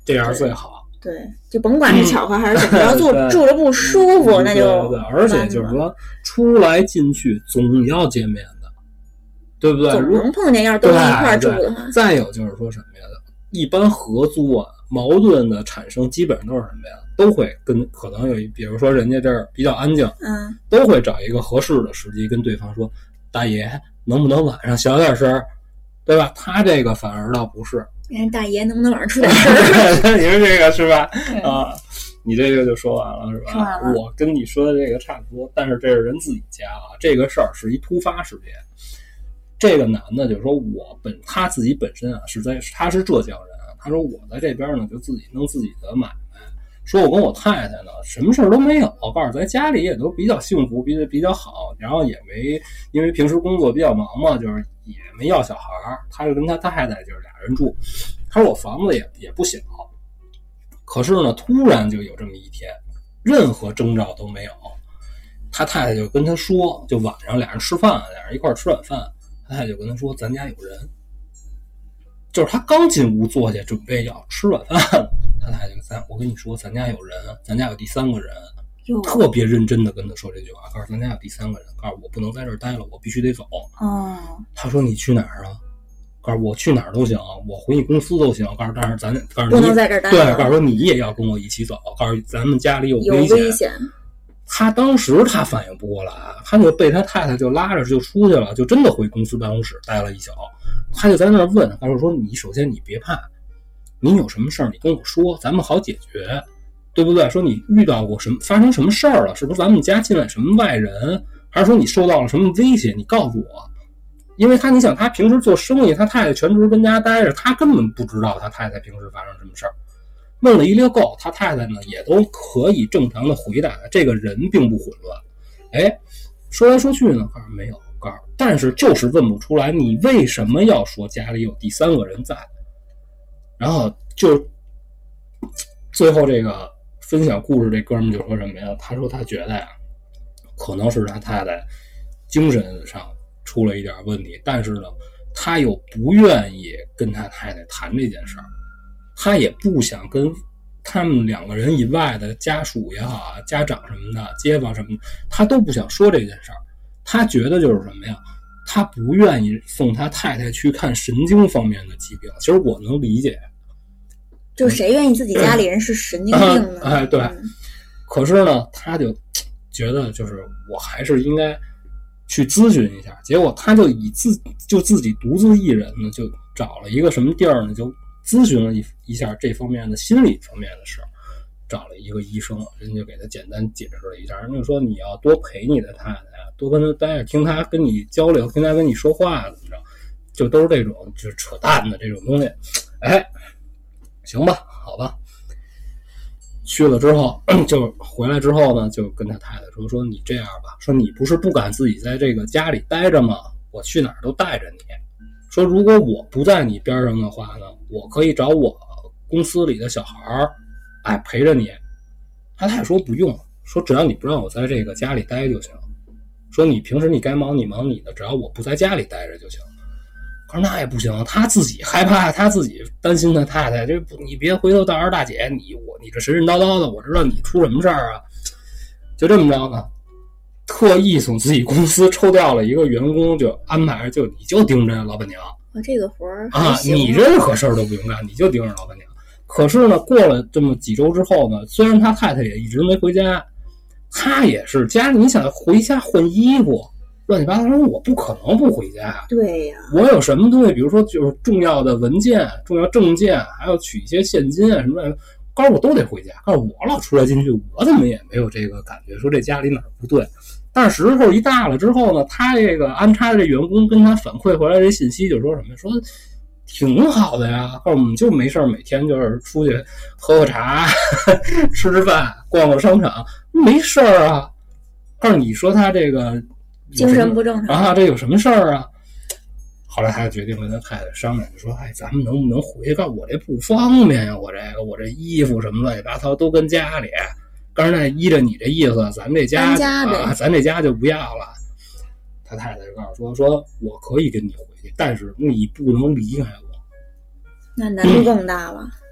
这样最好。 对，就甭管是巧合还是怎么着，住着不舒服，那就对，而且就是说出来进去总要见面的，对不对？ 总能碰见，要是都在一块住的话。 再有就是说什么呀？一般合租啊，矛盾的产生基本上都是什么呀？都会跟可能比如说人家这儿比较安静，都会找一个合适的时机跟对方说，大爷能不能晚上小点声，对吧？他这个反而倒不是。 大爷能不能晚上出点事儿？ 你说这个是吧？啊，你这个就说完了是吧？说完了。我跟你说的这个差不多，但是这是人自己家啊，这个事儿是一突发事件。这个男的就是说他自己本身啊他是浙江人，他说我在这边呢就自己弄自己的买卖，说我跟我太太呢什么事儿都没有，告诉在家里也都比较幸福，比较好，然后也没因为平时工作比较忙嘛，就是也没要小孩，他就跟他太太就是俩人住。他说我房子也不小，可是呢突然就有这么一天，任何征兆都没有，他太太就跟他说，就晚上俩人吃饭，俩人一块吃晚饭，他太太就跟他说咱家有人，就是他刚进屋坐下准备要吃晚饭，他太太就我跟你说咱家有人，咱家有第三个人，特别认真的跟他说这句话，告诉咱家有第三个人，告诉我不能在这儿待了，我必须得走。他说你去哪儿啊？告诉我去哪儿都行，我回你公司都行，告诉但是告诉你不能在这儿待。 对，告诉说你也要跟我一起走，告诉咱们家里有危险。他当时他反应不过来，他就被他太太就拉着就出去了，就真的回公司办公室待了一宿。他就在那儿问，他说你首先你别怕，你有什么事儿你跟我说，咱们好解决，对不对？说你遇到过发生什么事儿了，是不是咱们家进来什么外人，还是说你受到了什么威胁，你告诉我。因为你想他平时做生意，他太太全职跟家待着，他根本不知道他太太平时发生什么事儿。问了一溜够，他太太呢也都可以正常的回答，这个人并不混乱。说来说去呢，告诉没有，但是就是问不出来你为什么要说家里有第三个人在。然后就最后这个分享故事这哥们就说什么呀？他说他觉得呀，可能是他太太精神上出了一点问题，但是呢他又不愿意跟他太太谈这件事儿，他也不想跟他们两个人以外的家属也好，家长什么的，街坊什么的，他都不想说这件事儿。他觉得就是什么呀，他不愿意送他太太去看神经方面的疾病。其实我能理解， 就谁愿意自己家里人是神经病呢？ 对。可是呢他就觉得就是我还是应该去咨询一下，结果他就自己独自一人呢，就找了一个什么地儿呢，就咨询了一下这方面的心理方面的事，找了一个医生，人家给他简单解释了一下，人家说你要多陪你的太太，多跟他待着，听他跟你交流，听他跟你说话，怎么着，就都是这种就是扯淡的这种东西。行吧，好吧。去了之后，就回来之后呢，就跟他太太说你这样吧，说你不是不敢自己在这个家里待着吗？我去哪儿都带着你。说如果我不在你边上的话呢，我可以找我公司里的小孩陪着你。他太太说不用，说只要你不让我在这个家里待就行，说你平时你该忙你忙你的，只要我不在家里待着就行。可是那也不行，他自己害怕，他自己担心他太太，你别回头到时候大姐你这神神叨叨的，我知道你出什么事儿啊。就这么着呢，特意从自己公司抽调了一个员工，就安排你就盯着老板娘。 这个活儿你任何事儿都不用干，你就盯着老板娘。可是呢，过了这么几周之后呢，虽然他太太也一直没回家，他也是家里你想回家换衣服乱七八糟，我不可能不回家。 对呀， 我有什么东西，比如说就是重要的文件、重要证件，还要取一些现金啊什么的，告诉我都得回家。告诉我老出来进去，我怎么也没有这个感觉，说这家里哪儿不对。但是时候一大了之后呢，他这个安插的这员工跟他反馈回来这信息，就说什么，说挺好的呀，告诉我们就没事每天就是出去喝喝茶吃饭逛逛商场，没事啊。告诉你说他这个精神不正常啊，这有什么事儿啊？后来他决定跟他太太商量，就说咱们能不能回去？告诉我这不方便呀，我这衣服什么乱七八糟都跟家里。刚才依着你这意思，咱这家咱这家就不要了。他太太就告诉说我可以跟你回去，但是你不能离开我。 那难度更大了。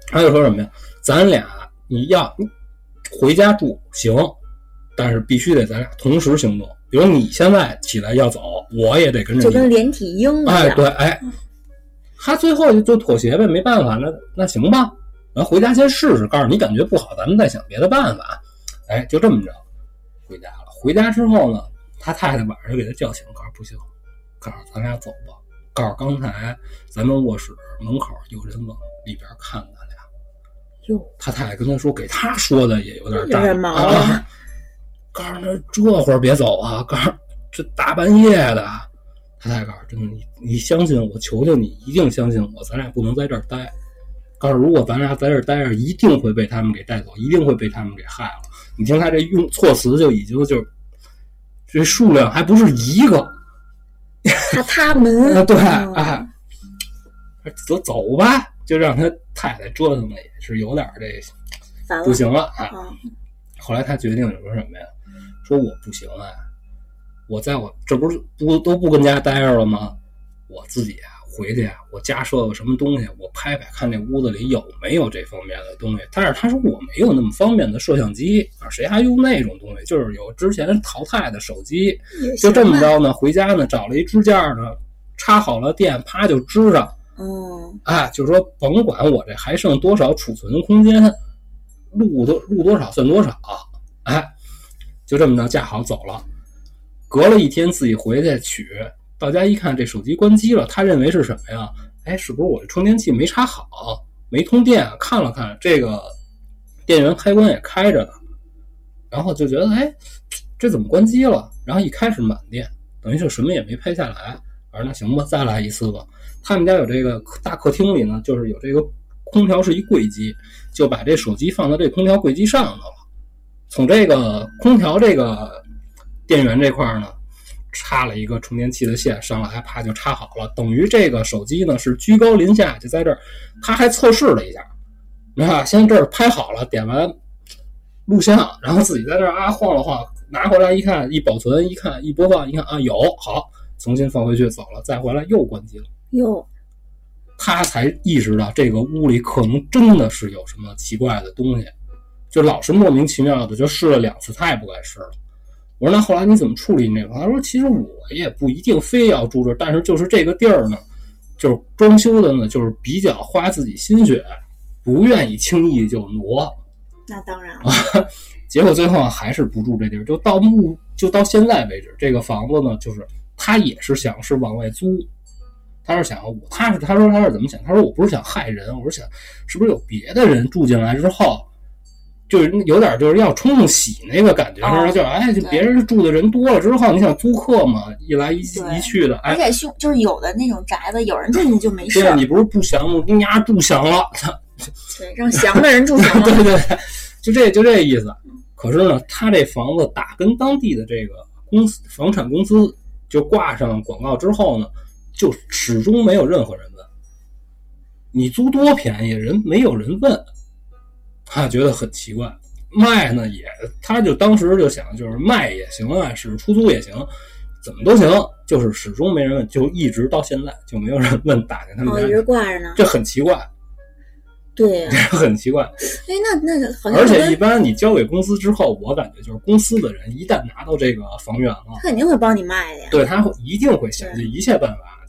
他就说什么呀？咱俩你要回家住行，但是必须得咱俩同时行动。比如你现在起来要走，我也得跟着你， 就跟连体婴一样。 哎，对，哎，他最后就妥协呗，没办法，那行吧，然后回家先试试，告诉你感觉不好，咱们再想别的办法。哎，就这么着，回家了。回家之后呢，他太太晚上就给他叫醒，告诉不行，告诉咱俩走吧，告诉刚才咱们卧室门口有人往里边看咱俩。 哟， 他太太跟他说，给他说的也有点有点毛啊。 告诉他这会儿别走啊，告诉这大半夜的。他太太告诉真的，你相信我，求求你一定相信我，咱俩不能在这儿待。告诉如果咱俩在这儿待着，一定会被他们给带走，一定会被他们给害了。你听他这用措辞就已经就这数量还不是一个。 他们对，哎，走吧，就让他太太折腾的也是有点这不行了啊。后来他决定说什么呀？说我不行啊，我这不是都不跟家待着了吗？我自己啊回去啊，我家设个什么东西，我拍拍看这屋子里有没有这方面的东西。但是他说我没有那么方便的摄像机啊，谁还用那种东西？就是有之前淘汰的手机，就这么着呢。回家呢找了一支架呢，插好了电，啪就支上。哎，就是说甭管我这还剩多少储存空间，录多少算多少。哎，就这么着架好走了。隔了一天自己回去取，到家一看这手机关机了，他认为是什么呀？哎，是不是我这充电器没插好，没通电？看了看这个电源开关也开着呢，然后就觉得哎，这怎么关机了？然后一开始满电，等于是什么也没拍下来。我说那行吧，再来一次吧。他们家有这个大客厅里呢，就是有这个空调是一柜机，就把这手机放到这空调柜机上头了。从这个空调这个电源这块呢，插了一个充电器的线上来，啪就插好了。等于这个手机呢是居高临下，就在这儿，他还测试了一下，你看，先这儿拍好了，点完录像，然后自己在这儿晃了晃，拿回来一看，一保存，一看一播放，一看啊有好，重新放回去走了，再回来又关机了。 哟， 他才意识到这个屋里可能真的是有什么奇怪的东西，就老是莫名其妙的就试了2次，他也不敢试了。我说那后来你怎么处理这个？他说其实我也不一定非要住这，但是就是这个地儿呢，就是装修的呢，就是比较花自己心血，不愿意轻易就挪。 那当然了。 结果最后还是不住这地儿，就到现在为止，这个房子呢，就是他也是想是往外租。他是想他说他是怎么想？他说我不是想害人，我是想是不是有别的人住进来之后，就是有点就是要冲喜那个感觉，就是哎，就别人住的人多了之后，你想租客嘛，一来一去的，哎， 而且就是有的那种宅子，有人住进就没事。 对，你不是不祥吗？给你家住祥了， 对，让祥的人住祥了。 对对，就这意思。可是呢，他这房子打跟当地的这个房产公司就挂上广告之后呢，就始终没有任何人问你租多便宜，没有人问。他觉得很奇怪，卖呢也，他就当时就想，就是卖也行啊，是出租也行，怎么都行，就是始终没人问，就一直到现在就没有人问打听他们家， 一直挂着呢， 这很奇怪。 对呀， 这很奇怪。 哎，那好像， 而且一般你交给公司之后，我感觉就是公司的人一旦拿到这个房源了， 他肯定会帮你卖的呀。 对，他一定会想尽一切办法，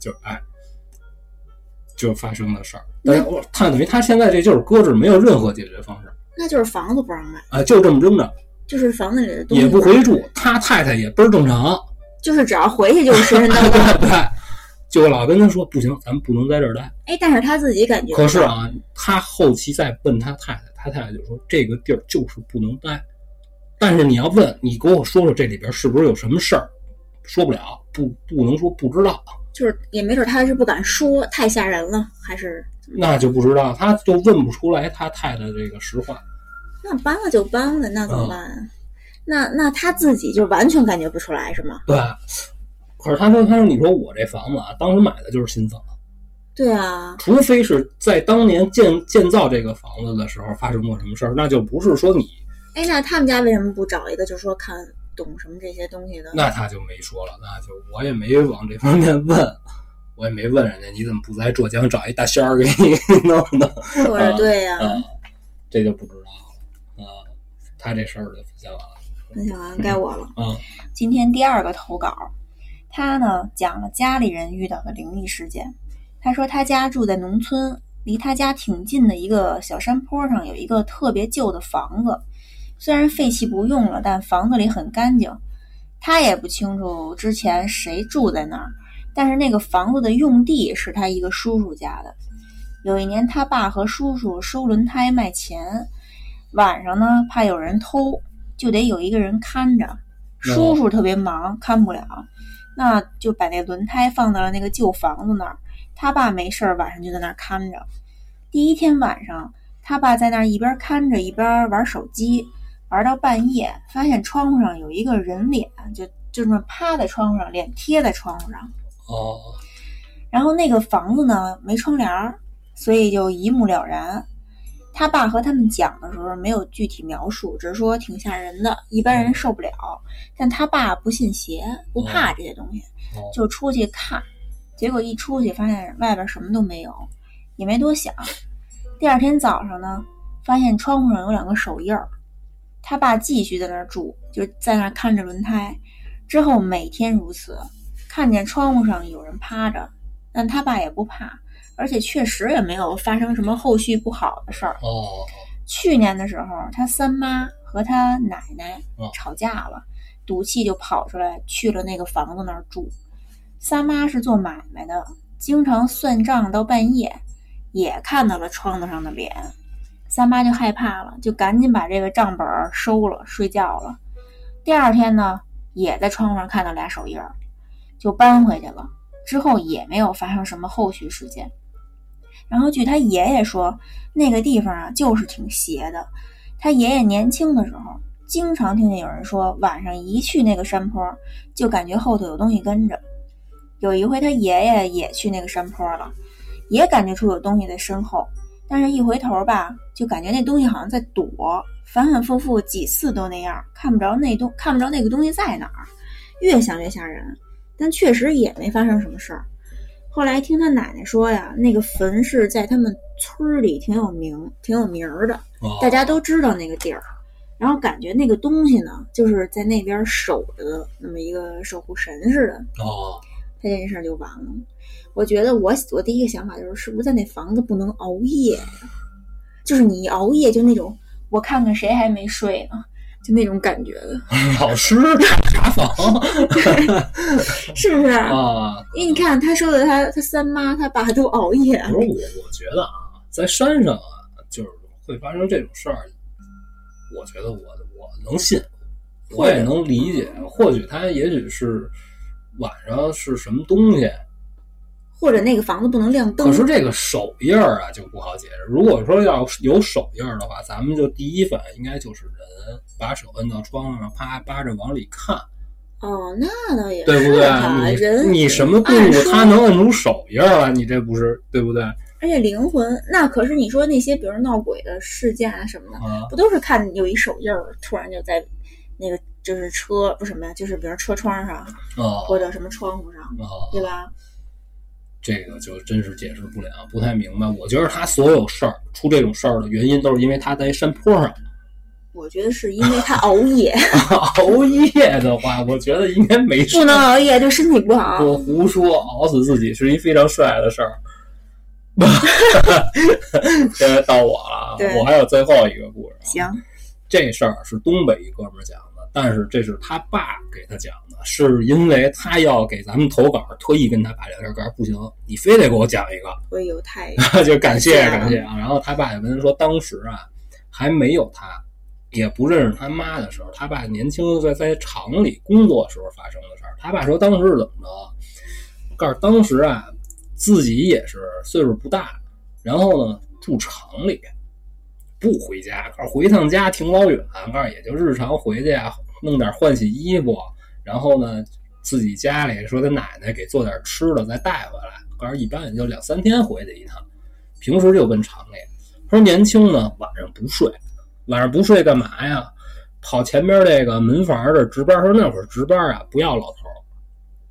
就发生的事儿。但是他等于他现在这就是搁置，没有任何解决方式。 那就是房子不让卖就这么扔着， 就是房子里的东西也不回去住。他太太也倍儿正常， 就是只要回去就是神神叨叨。 对，就老跟他说不行，咱们不能在这儿待。 哎，但是他自己感觉。 可是啊，他后期再问他太太，他太太就说这个地儿就是不能待。但是你要问，你给我说说这里边是不是有什么事儿？说不了，不能说不知道。 就是也没准他是不敢说，太吓人了，还是那就不知道，他就问不出来他太太这个实话。 那搬了就搬了，那怎么办？那他自己就完全感觉不出来是吗？ 对。可是他说你说我这房子啊，当时买的就是新房。 对啊， 除非是在当年建造这个房子的时候发生过什么事儿，那就不是说你。 哎，那他们家为什么不找一个就是说看懂什么这些东西的？ 那他就没说了，那就我也没往这方面问。 我也没问人家你怎么不在浙江找一大仙儿给你弄的， 说的对呀、 这就不知道了他这事儿就分享完了。 分享完该我了。 今天第二个投稿，他呢讲了家里人遇到的灵异事件。他说他家住在农村，离他家挺近的一个小山坡上有一个特别旧的房子，虽然废弃不用了，但房子里很干净。他也不清楚之前谁住在那儿，但是那个房子的用地是他一个叔叔家的。有一年他爸和叔叔收轮胎卖钱，晚上呢怕有人偷，就得有一个人看着。叔叔特别忙，看不了，那就把那轮胎放到了那个旧房子那儿。他爸没事晚上就在那儿看着。第一天晚上，他爸在那儿一边看着一边玩手机，玩到半夜，发现窗户上有一个人脸，就这么趴在窗户上，脸贴在窗户上。然后那个房子呢没窗帘，所以就一目了然。他爸和他们讲的时候没有具体描述，只是说挺吓人的，一般人受不了。但他爸不信邪，不怕这些东西，就出去看。结果一出去发现外边什么都没有，也没多想。第二天早上呢，发现窗户上有2个手印儿。他爸继续在那儿住，就在那儿看着轮胎。之后每天如此，看见窗户上有人趴着，但他爸也不怕，而且确实也没有发生什么后续不好的事儿。去年的时候，他三妈和他奶奶吵架了，赌气就跑出来去了那个房子那儿住。三妈是做买卖的，经常算账到半夜，也看到了窗子上的脸。三妈就害怕了，就赶紧把这个账本收了，睡觉了。第二天呢，也在窗户上看到俩手印，就搬回去了。之后也没有发生什么后续事件。然后据他爷爷说，那个地方啊就是挺邪的。他爷爷年轻的时候，经常听见有人说，晚上一去那个山坡，就感觉后头有东西跟着。有一回他爷爷也去那个山坡了，也感觉出有东西在身后，但是一回头吧，就感觉那东西好像在躲，反反复复几次都那样，看不着那个东西在哪儿，越想越吓人。但确实也没发生什么事儿。后来听他奶奶说呀，那个坟是在他们村里挺有名的，大家都知道那个地儿。然后感觉那个东西呢，就是在那边守着的那么一个守护神似的。他这件事就完了。我觉得我第一个想法就是，是不是在那房子不能熬夜呀？就是你熬夜就那种，我看看谁还没睡呢，就那种感觉的。 老师查房， 是不是因为你看他说的，他三妈他爸都熬夜。 不是我觉得在山上就是会发生这种事儿，我觉得我能信，我也能理解。或许他也许是晚上是什么东西， 或者那个房子不能亮灯。 可是这个手印啊就不好解释。如果说要有手印的话，咱们就第一反应应该就是人把手摁到窗上，啪扒着往里看。 那倒也是， 对不对？你什么动物它能摁出手印啊？你这不是对不对？ 而且灵魂，那可是你说那些比如闹鬼的事件啊什么的，不都是看有一手印突然就在那个就是车不是什么呀，就是比如车窗上或者什么窗户上，对吧？ 这个就真是解释不了，不太明白。我觉得他所有事儿出这种事儿的原因都是因为他在山坡上。 我觉得是因为他熬夜。 熬夜的话，我觉得应该没事。 不能熬夜对身体不好。 我胡说，熬死自己是一非常帅的事儿。现在到我了，我还有最后一个故事。 行， 这事儿是东北一哥们儿讲的，但是这是他爸给他讲的，是因为他要给咱们投稿，特意跟他爸聊天干，不行，你非得给我讲一个。 我有太就感谢啊。然后他爸就跟他说，当时还没有他，也不认识他妈的时候，他爸年轻在厂里工作时候发生的事儿。他爸说当时是怎么着？告诉当时自己也是岁数不大，然后呢住厂里不回家，告诉回趟家挺老远，告诉也就日常回去弄点换洗衣服，然后呢自己家里说他奶奶给做点吃的再带回来，告诉一般也就2-3天回去一趟，平时就跟厂里。他说年轻呢晚上不睡干嘛呀？跑前边这个门房这值班，说那会儿值班不要老头，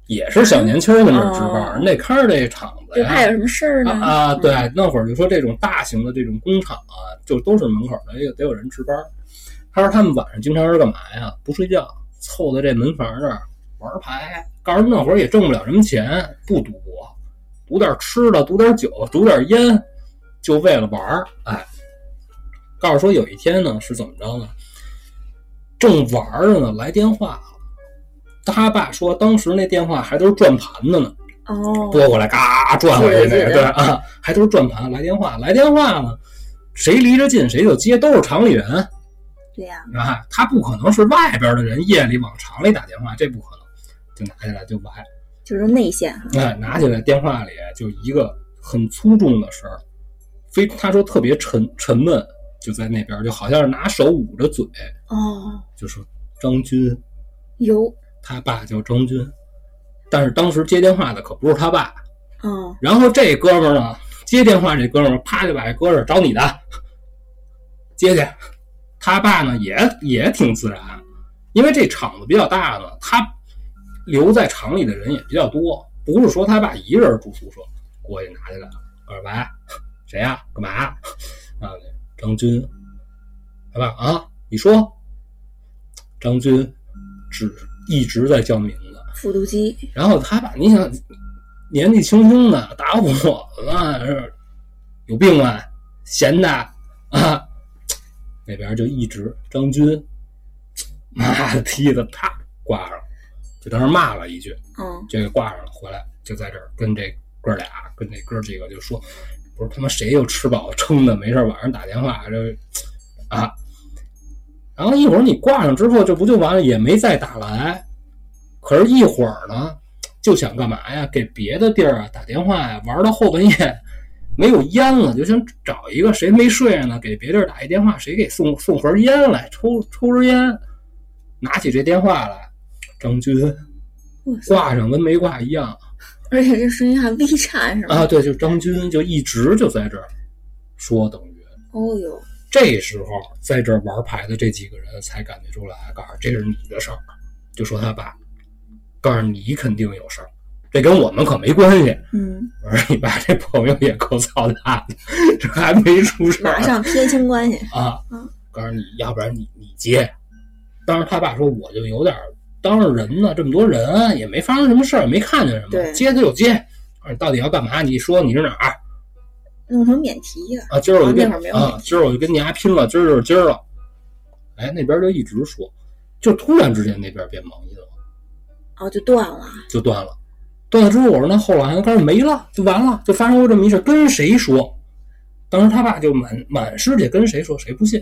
也是小年轻在那儿值班，那看着这厂子呀，就怕有什么事儿呢对，那会儿就说这种大型的这种工厂啊，就都是门口得有人值班。他说他们晚上经常是干嘛呀？不睡觉，凑在这门房这儿玩牌。告诉那会儿也挣不了什么钱，不赌博，赌点吃的，赌点酒，赌点烟，就为了玩。哎，告诉说有一天呢是怎么着呢？正玩着呢，来电话了。他爸说当时那电话还都是转盘的呢，拨过来嘎转回去那个，对啊，还都是转盘。来电话呢，谁离着近谁就接，都是厂里人。 对呀， 啊，他不可能是外边的人夜里往厂里打电话，这不可能。就拿起来就玩， 就是内线。 哎，拿起来电话里就一个很粗重的声儿，他说特别沉闷，就在那边就好像是拿手捂着嘴。就说张军。 有。 他爸叫张军，但是当时接电话的可不是他爸。然后这哥们儿呢，接电话这哥们儿啪就把这搁这找你的，接去。他爸呢也挺自然，因为这厂子比较大呢，他留在厂里的人也比较多，不是说他爸一人住宿舍，过去拿起来了，喂，谁呀？干嘛？啊，张军，他爸啊，你说，张军一直在叫名字， 复读机。 然后他爸，你想年纪轻轻的打我啊，有病啊，闲的啊，那边就一直张军，妈的踢的啪挂上了，就当时骂了一句，这个挂上了，回来就在这儿跟这哥俩跟这哥几个就说，不是他妈谁又吃饱撑的没事晚上打电话这啊。然后一会儿你挂上之后，这不就完了？也没再打来。可是，一会儿呢，就想干嘛呀？给别的地儿啊打电话呀，玩到后半夜没有烟了，就想找一个谁没睡呢，给别地儿打一电话，谁给送盒烟来，抽根烟。拿起这电话来，张军挂上跟没挂一样， 而且这声音还微颤是吧？ 啊，对，就张军就一直就在这儿说等于。 哦哟。 这时候在这玩牌的这几个人才感觉出来，告诉这是你的事儿，就说他爸，告诉你肯定有事儿，这跟我们可没关系。我说你爸这朋友也够操蛋的，这还没出事， 马上撇清关系啊！告诉你，要不然你接。当时他爸说，我就有点当着人呢，这么多人也没发生什么事儿，没看见什么，接就接。你到底要干嘛？你说你是哪儿？ 弄成免提呀！ 今儿我就跟你丫拼了，今儿就是今儿了。哎，那边就一直说，就突然之间那边变忙音了。 就断了。 断了之后，我说那后来告诉没了，就完了，就发生过这么一事，跟谁说？当时他爸就满世界跟谁说，谁不信？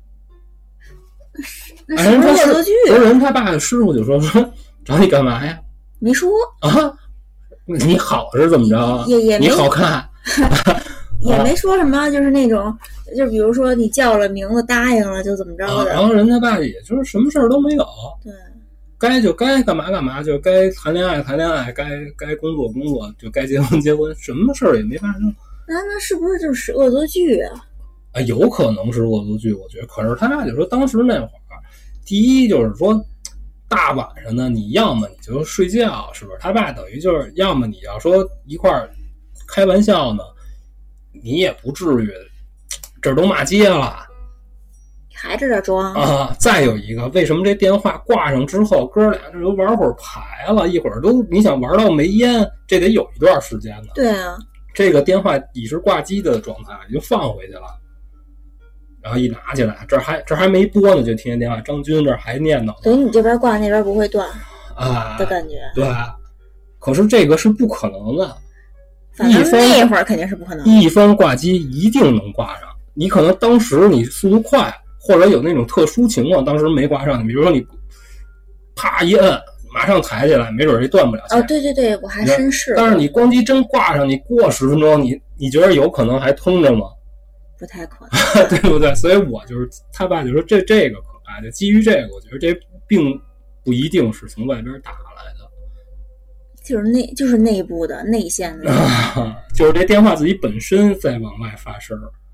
那是不是恶作剧？ 有人他爸的师傅就说找你干嘛呀？ 没说啊，你好是怎么着？ 也你好看。 也没说什么，就是那种，就比如说你叫了名字答应了就怎么着的， 然后人他爸也就是什么事儿都没有， 对， 该就该干嘛干嘛，就该谈恋爱谈恋爱，该工作工作，就该结婚结婚，什么事儿也没发生。 那是不是就是恶作剧啊？ 有可能是恶作剧，我觉得。可是他爸就说当时那会儿，第一就是说大晚上呢，你要么你就睡觉，是不是？他爸等于就是要么你要说一块儿开玩笑呢。你也不至于，这都骂街了， 还在这装啊！再有一个，为什么这电话挂上之后，哥俩这都玩会儿牌了，一会儿都你想玩到没烟，这得有一段时间呢。 对啊， 这个电话已是挂机的状态，就放回去了。然后一拿起来，这还没拨呢，就听见电话，张军这还念叨。 等你这边挂，那边不会断的感觉。 对，可是这个是不可能的。 反正那会儿肯定是不可能。 一方挂机一定能挂上，你可能当时你速度快，或者有那种特殊情况，当时没挂上，比如说你啪一摁，马上抬起来，没准这断不了线。 对，我还真是。 但是你光机真挂上，你过10分钟，你觉得有可能还通着吗？ 不太可能， 对不对？所以我就是他爸就说这个可怕，就基于这个，我觉得这并不一定是从外边打来的。 就是内部的内线的， 就是这电话自己本身在往外发声。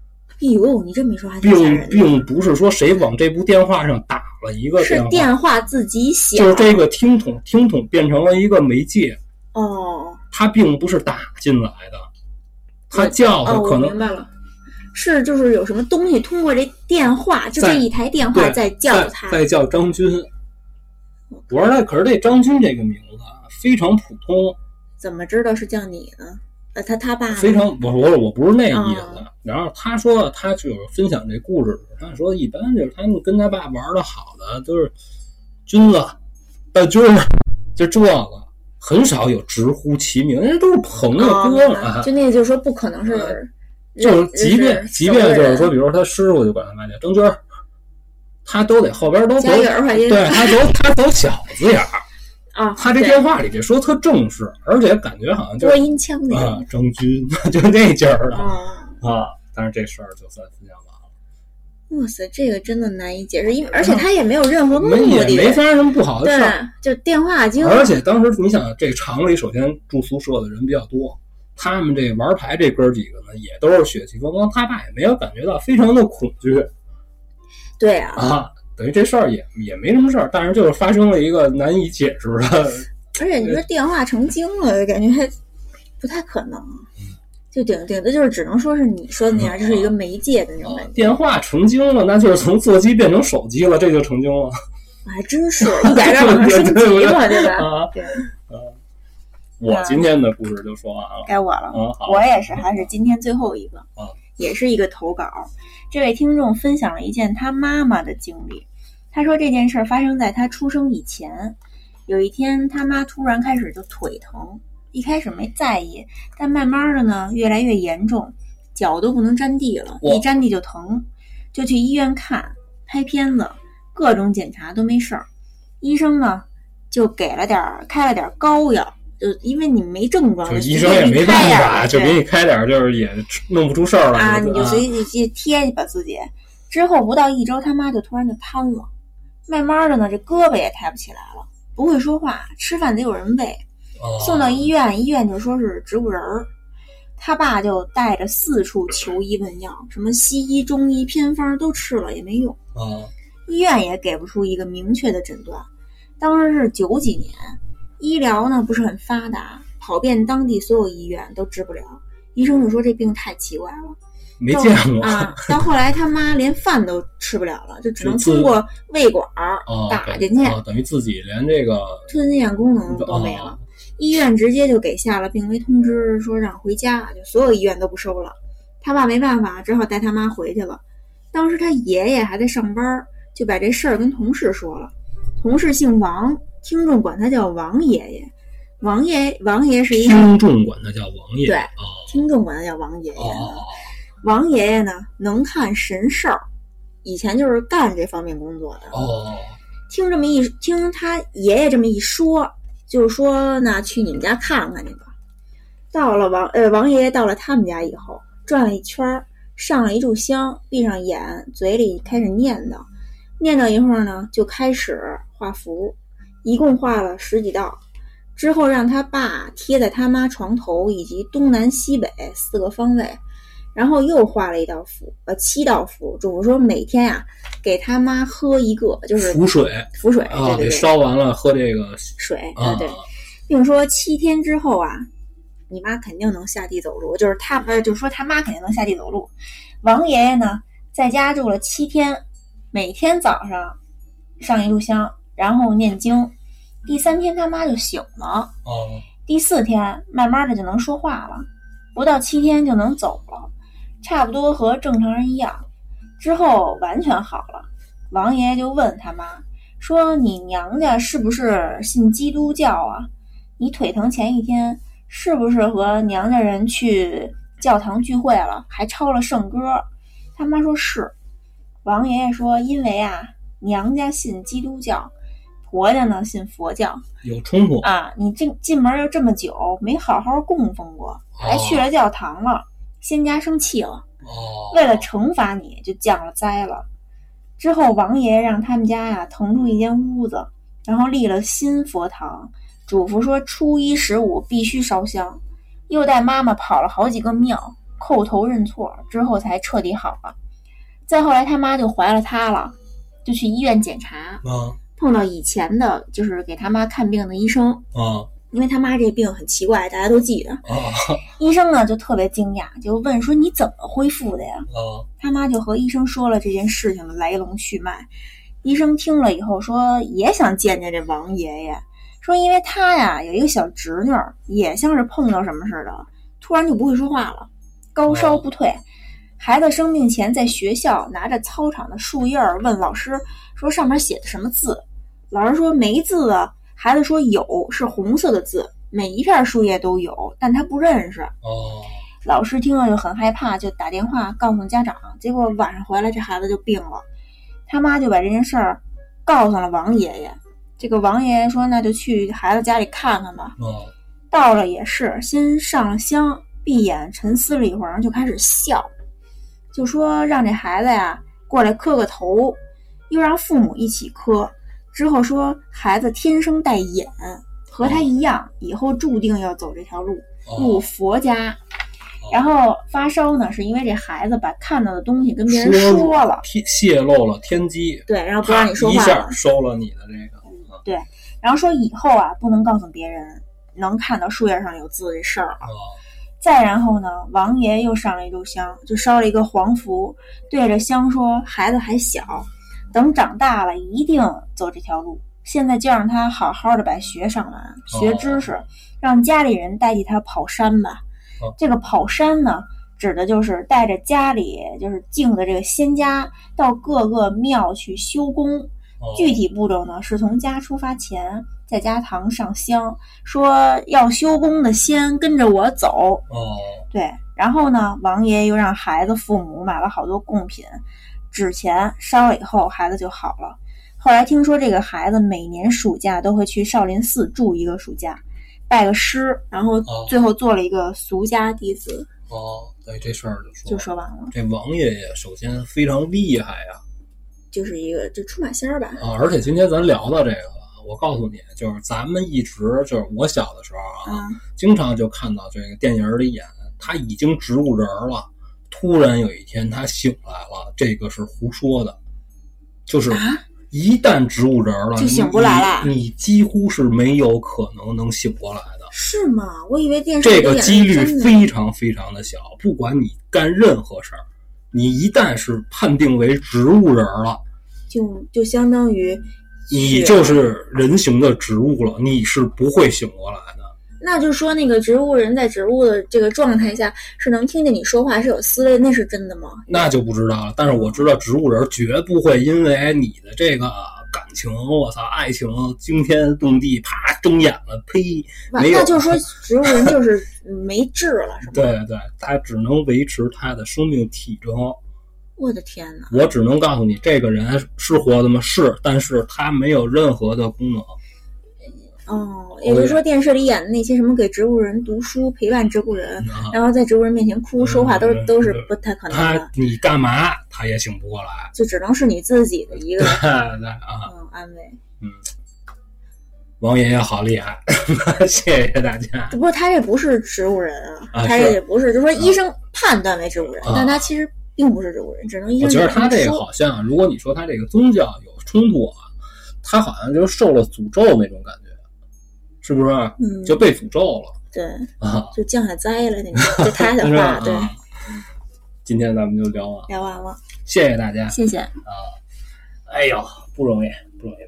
呦，你这么一说还挺吓人的。 并不是说谁往这部电话上打了一个是电话自己响， 就是这个听筒变成了一个媒介。它并不是打进来的，它叫的可能。 我明白了，是就是有什么东西通过这电话，就这一台电话在叫他， 在叫张军。我说可是这张军这个名字非常普通， 怎么知道是叫你呢？他爸非常我不是那意思。然后他说他就是分享这故事，他说一般就是他们跟他爸玩的好的都是军子、大军，就这个很少有直呼其名，人家都是朋友哥们。 就那个就是说不可能是， 就是即便就是说，比如说他师傅就管他妈叫张军，他都得后边都加油， 对他走小字眼儿。他这电话里这说特正式，而且感觉好像就是播音腔那种张军就那劲儿的但是这事儿就算分享完了。 哇塞，这个真的难以解释，因为而且他也没有任何目的， 也没发生什么不好的事儿， 就电话精。 而且当时你想，这个厂里首先住宿舍的人比较多，他们这玩牌这哥几个呢也都是血气方刚，他爸也没有感觉到非常的恐惧。 对啊。 等于这事儿也没什么事儿，但是就是发生了一个难以解释的。 而且你说电话成精了，感觉还不太可能。就顶的就是只能说是你说的那样，就是一个媒介的那种感觉。 电话成精了，那就是从座机变成手机了，这就成精了。 还真是一点点往上升级了，对吧？对。 我今天的故事就说完了， 该我了。我也是，还是今天最后一个。也是一个投稿。这位听众分享了一件他妈妈的经历。他说这件事发生在他出生以前。有一天他妈突然开始就腿疼，一开始没在意，但慢慢的呢越来越严重，脚都不能沾地了，一沾地就疼，就去医院看，拍片子，各种检查都没事儿。医生呢就开了点膏药，就因为你没症状， 就医生也没办法，就给你开点，就是也弄不出事儿了你就随意贴吧自己。之后不到1周，他妈就突然就瘫了，慢慢的呢，这胳膊也抬不起来了，不会说话，吃饭得有人喂。送到医院，医院就说是植物人儿。他爸就带着4处求医问药，什么西医、中医、偏方都吃了也没用。医院也给不出一个明确的诊断。当时是90几年，医疗呢不是很发达，跑遍当地所有医院都治不了。医生就说这病太奇怪了， 没见过到后来他妈连饭都吃不了了，就只能通过胃管打进去， 等于自己连这个吞咽功能都没了。医院直接就给下了病危通知，说让回家，就所有医院都不收了。他爸没办法，只好带他妈回去了。当时他爷爷还在上班，就把这事儿跟同事说了。同事姓王，听众管他叫王爷爷。王爷是一个听众管他叫王爷， 对，听众管他叫王爷爷。王爷爷呢能看神兽，以前就是干这方面工作的。听他爷爷这么一说，就说那去你们家看看去吧。到了王爷爷到了他们家以后，转了一圈，上了一炷香，闭上眼，嘴里开始念叨一会儿呢，就开始画符，一共画了10几道。之后让他爸贴在他妈床头以及东南西北4个方位，然后又画了7道符，嘱咐说每天呀给他妈喝一个，就是符水对， 烧完了喝这个水对，并说7天之后啊，你妈肯定能下地走路，就是说他妈肯定能下地走路。王爷爷呢在家住了7天，每天早上上一炷香，然后念经。第3天他妈就醒了，第4天慢慢的就能说话了，不到7天就能走了，差不多和正常人一样。之后完全好了，王爷爷就问他妈说：“你娘家是不是信基督教啊？你腿疼前一天是不是和娘家人去教堂聚会了，还抄了圣歌？”他妈说是。王爷爷说：“因为啊，娘家信基督教，婆家呢信佛教， 有冲突啊！你进门又这么久，没好好供奉过，还去了教堂了，仙家生气了，为了惩罚你，就降了灾了。”之后王爷让他们家呀腾出一间屋子，然后立了新佛堂，嘱咐说初1、15必须烧香，又带妈妈跑了好几个庙， 叩头认错，之后才彻底好了。再后来他妈就怀了他了，就去医院检查，碰到以前的就是给他妈看病的医生，因为他妈这病很奇怪，大家都记得。医生呢就特别惊讶，就问说你怎么恢复的呀？他妈就和医生说了这件事情的来龙去脉。医生听了以后说也想见见这王爷爷，说因为他呀有一个小侄女，也像是碰到什么似的，突然就不会说话了，高烧不退。孩子生病前在学校拿着操场的树叶问老师说上面写的什么字，老师说没字啊，孩子说有，是红色的字，每一片树叶都有，但他不认识。老师听了就很害怕，就打电话告诉家长，结果晚上回来这孩子就病了。他妈就把这件事儿告诉了王爷爷，这个王爷爷说那就去孩子家里看看吧。到了也是先上了香，闭眼沉思了一会儿，就开始笑，就说让这孩子呀过来磕个头，又让父母一起磕，之后说孩子天生带眼，和他一样，以后注定要走这条路，入佛家。然后发烧呢，是因为这孩子把看到的东西跟别人说了， 泄露了天机。 对，然后不让你说话了， 一下收了你的这个。 对，然后说以后啊，不能告诉别人能看到树叶上有字这事儿了。再然后呢，王爷又上了一炷香，就烧了一个黄符，对着香说：“孩子还小，等长大了一定走这条路。现在就让他好好的把学上完，学知识，让家里人代替他跑山吧。”这个跑山呢，指的就是带着家里就是敬的这个仙家到各个庙去修宫。具体步骤呢，是从家出发前在家堂上香，说要修宫的仙跟着我走。对，然后呢，王爷又让孩子父母买了好多贡品，纸钱烧了以后，孩子就好了。后来听说这个孩子每年暑假都会去少林寺住一个暑假，拜个师，然后最后做了一个俗家弟子。 对，这事儿就说完了。 这王爷爷首先非常厉害呀， 就是一个就出马仙儿吧。 而且今天咱聊到这个了，我告诉你，就是咱们一直就是我小的时候经常就看到这个电影里演他已经植物人了，突然有一天他醒来了，这个是胡说的，就是一旦植物人了， 就醒不来了， 你几乎是没有可能醒过来的。 是吗？我以为电视这个几率非常非常的小，不管你干任何事儿，你一旦是判定为植物人了， 就相当于你就是人形的植物了，你是不会醒过来的。 那就说那个植物人在植物的这个状态下是能听见你说话，是有思维，那是真的吗？ 那就不知道了。但是我知道植物人绝不会因为你的这个感情，我操，爱情惊天动地，啪睁眼了，呸，没有。 那就是说植物人就是没治了，是吗？ 对对，他只能维持他的生命体征。 我的天哪！ 我只能告诉你，这个人是活的吗？是，但是他没有任何的功能。 也就是说电视里演的那些什么给植物人读书、陪伴植物人，然后在植物人面前哭说话，都是不太可能的。 你干嘛他也醒不过来， 就只能是你自己的一个安慰。 王爷爷好厉害，谢谢大家。 不过他这不是植物人啊，他这也不是，就是说医生判断为植物人，但他其实并不是植物人，只能医生。 我觉得他这个好像，如果你说他这个宗教有冲突他好像就受了诅咒那种感觉。是不是？就被诅咒了。 对就降下灾了那种，就他的话。对。 今天咱们就聊完了，谢谢大家， 谢谢哎呦，不容易，不容易。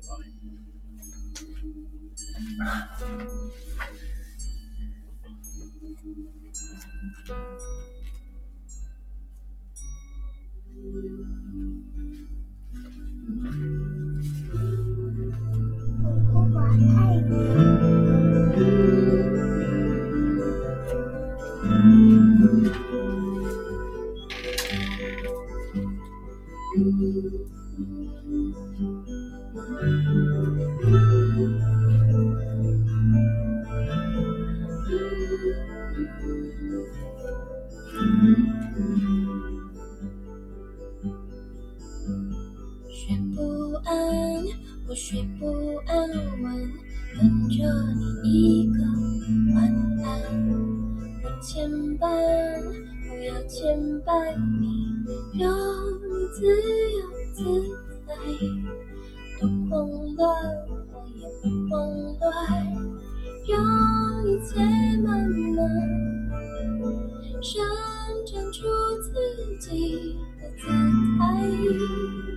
睡不安，我睡不安稳，等着你一个晚安。不牵绊，不要牵绊你，让你自由自在。多慌乱，我也不慌乱，让一切慢慢生长出自己的姿态。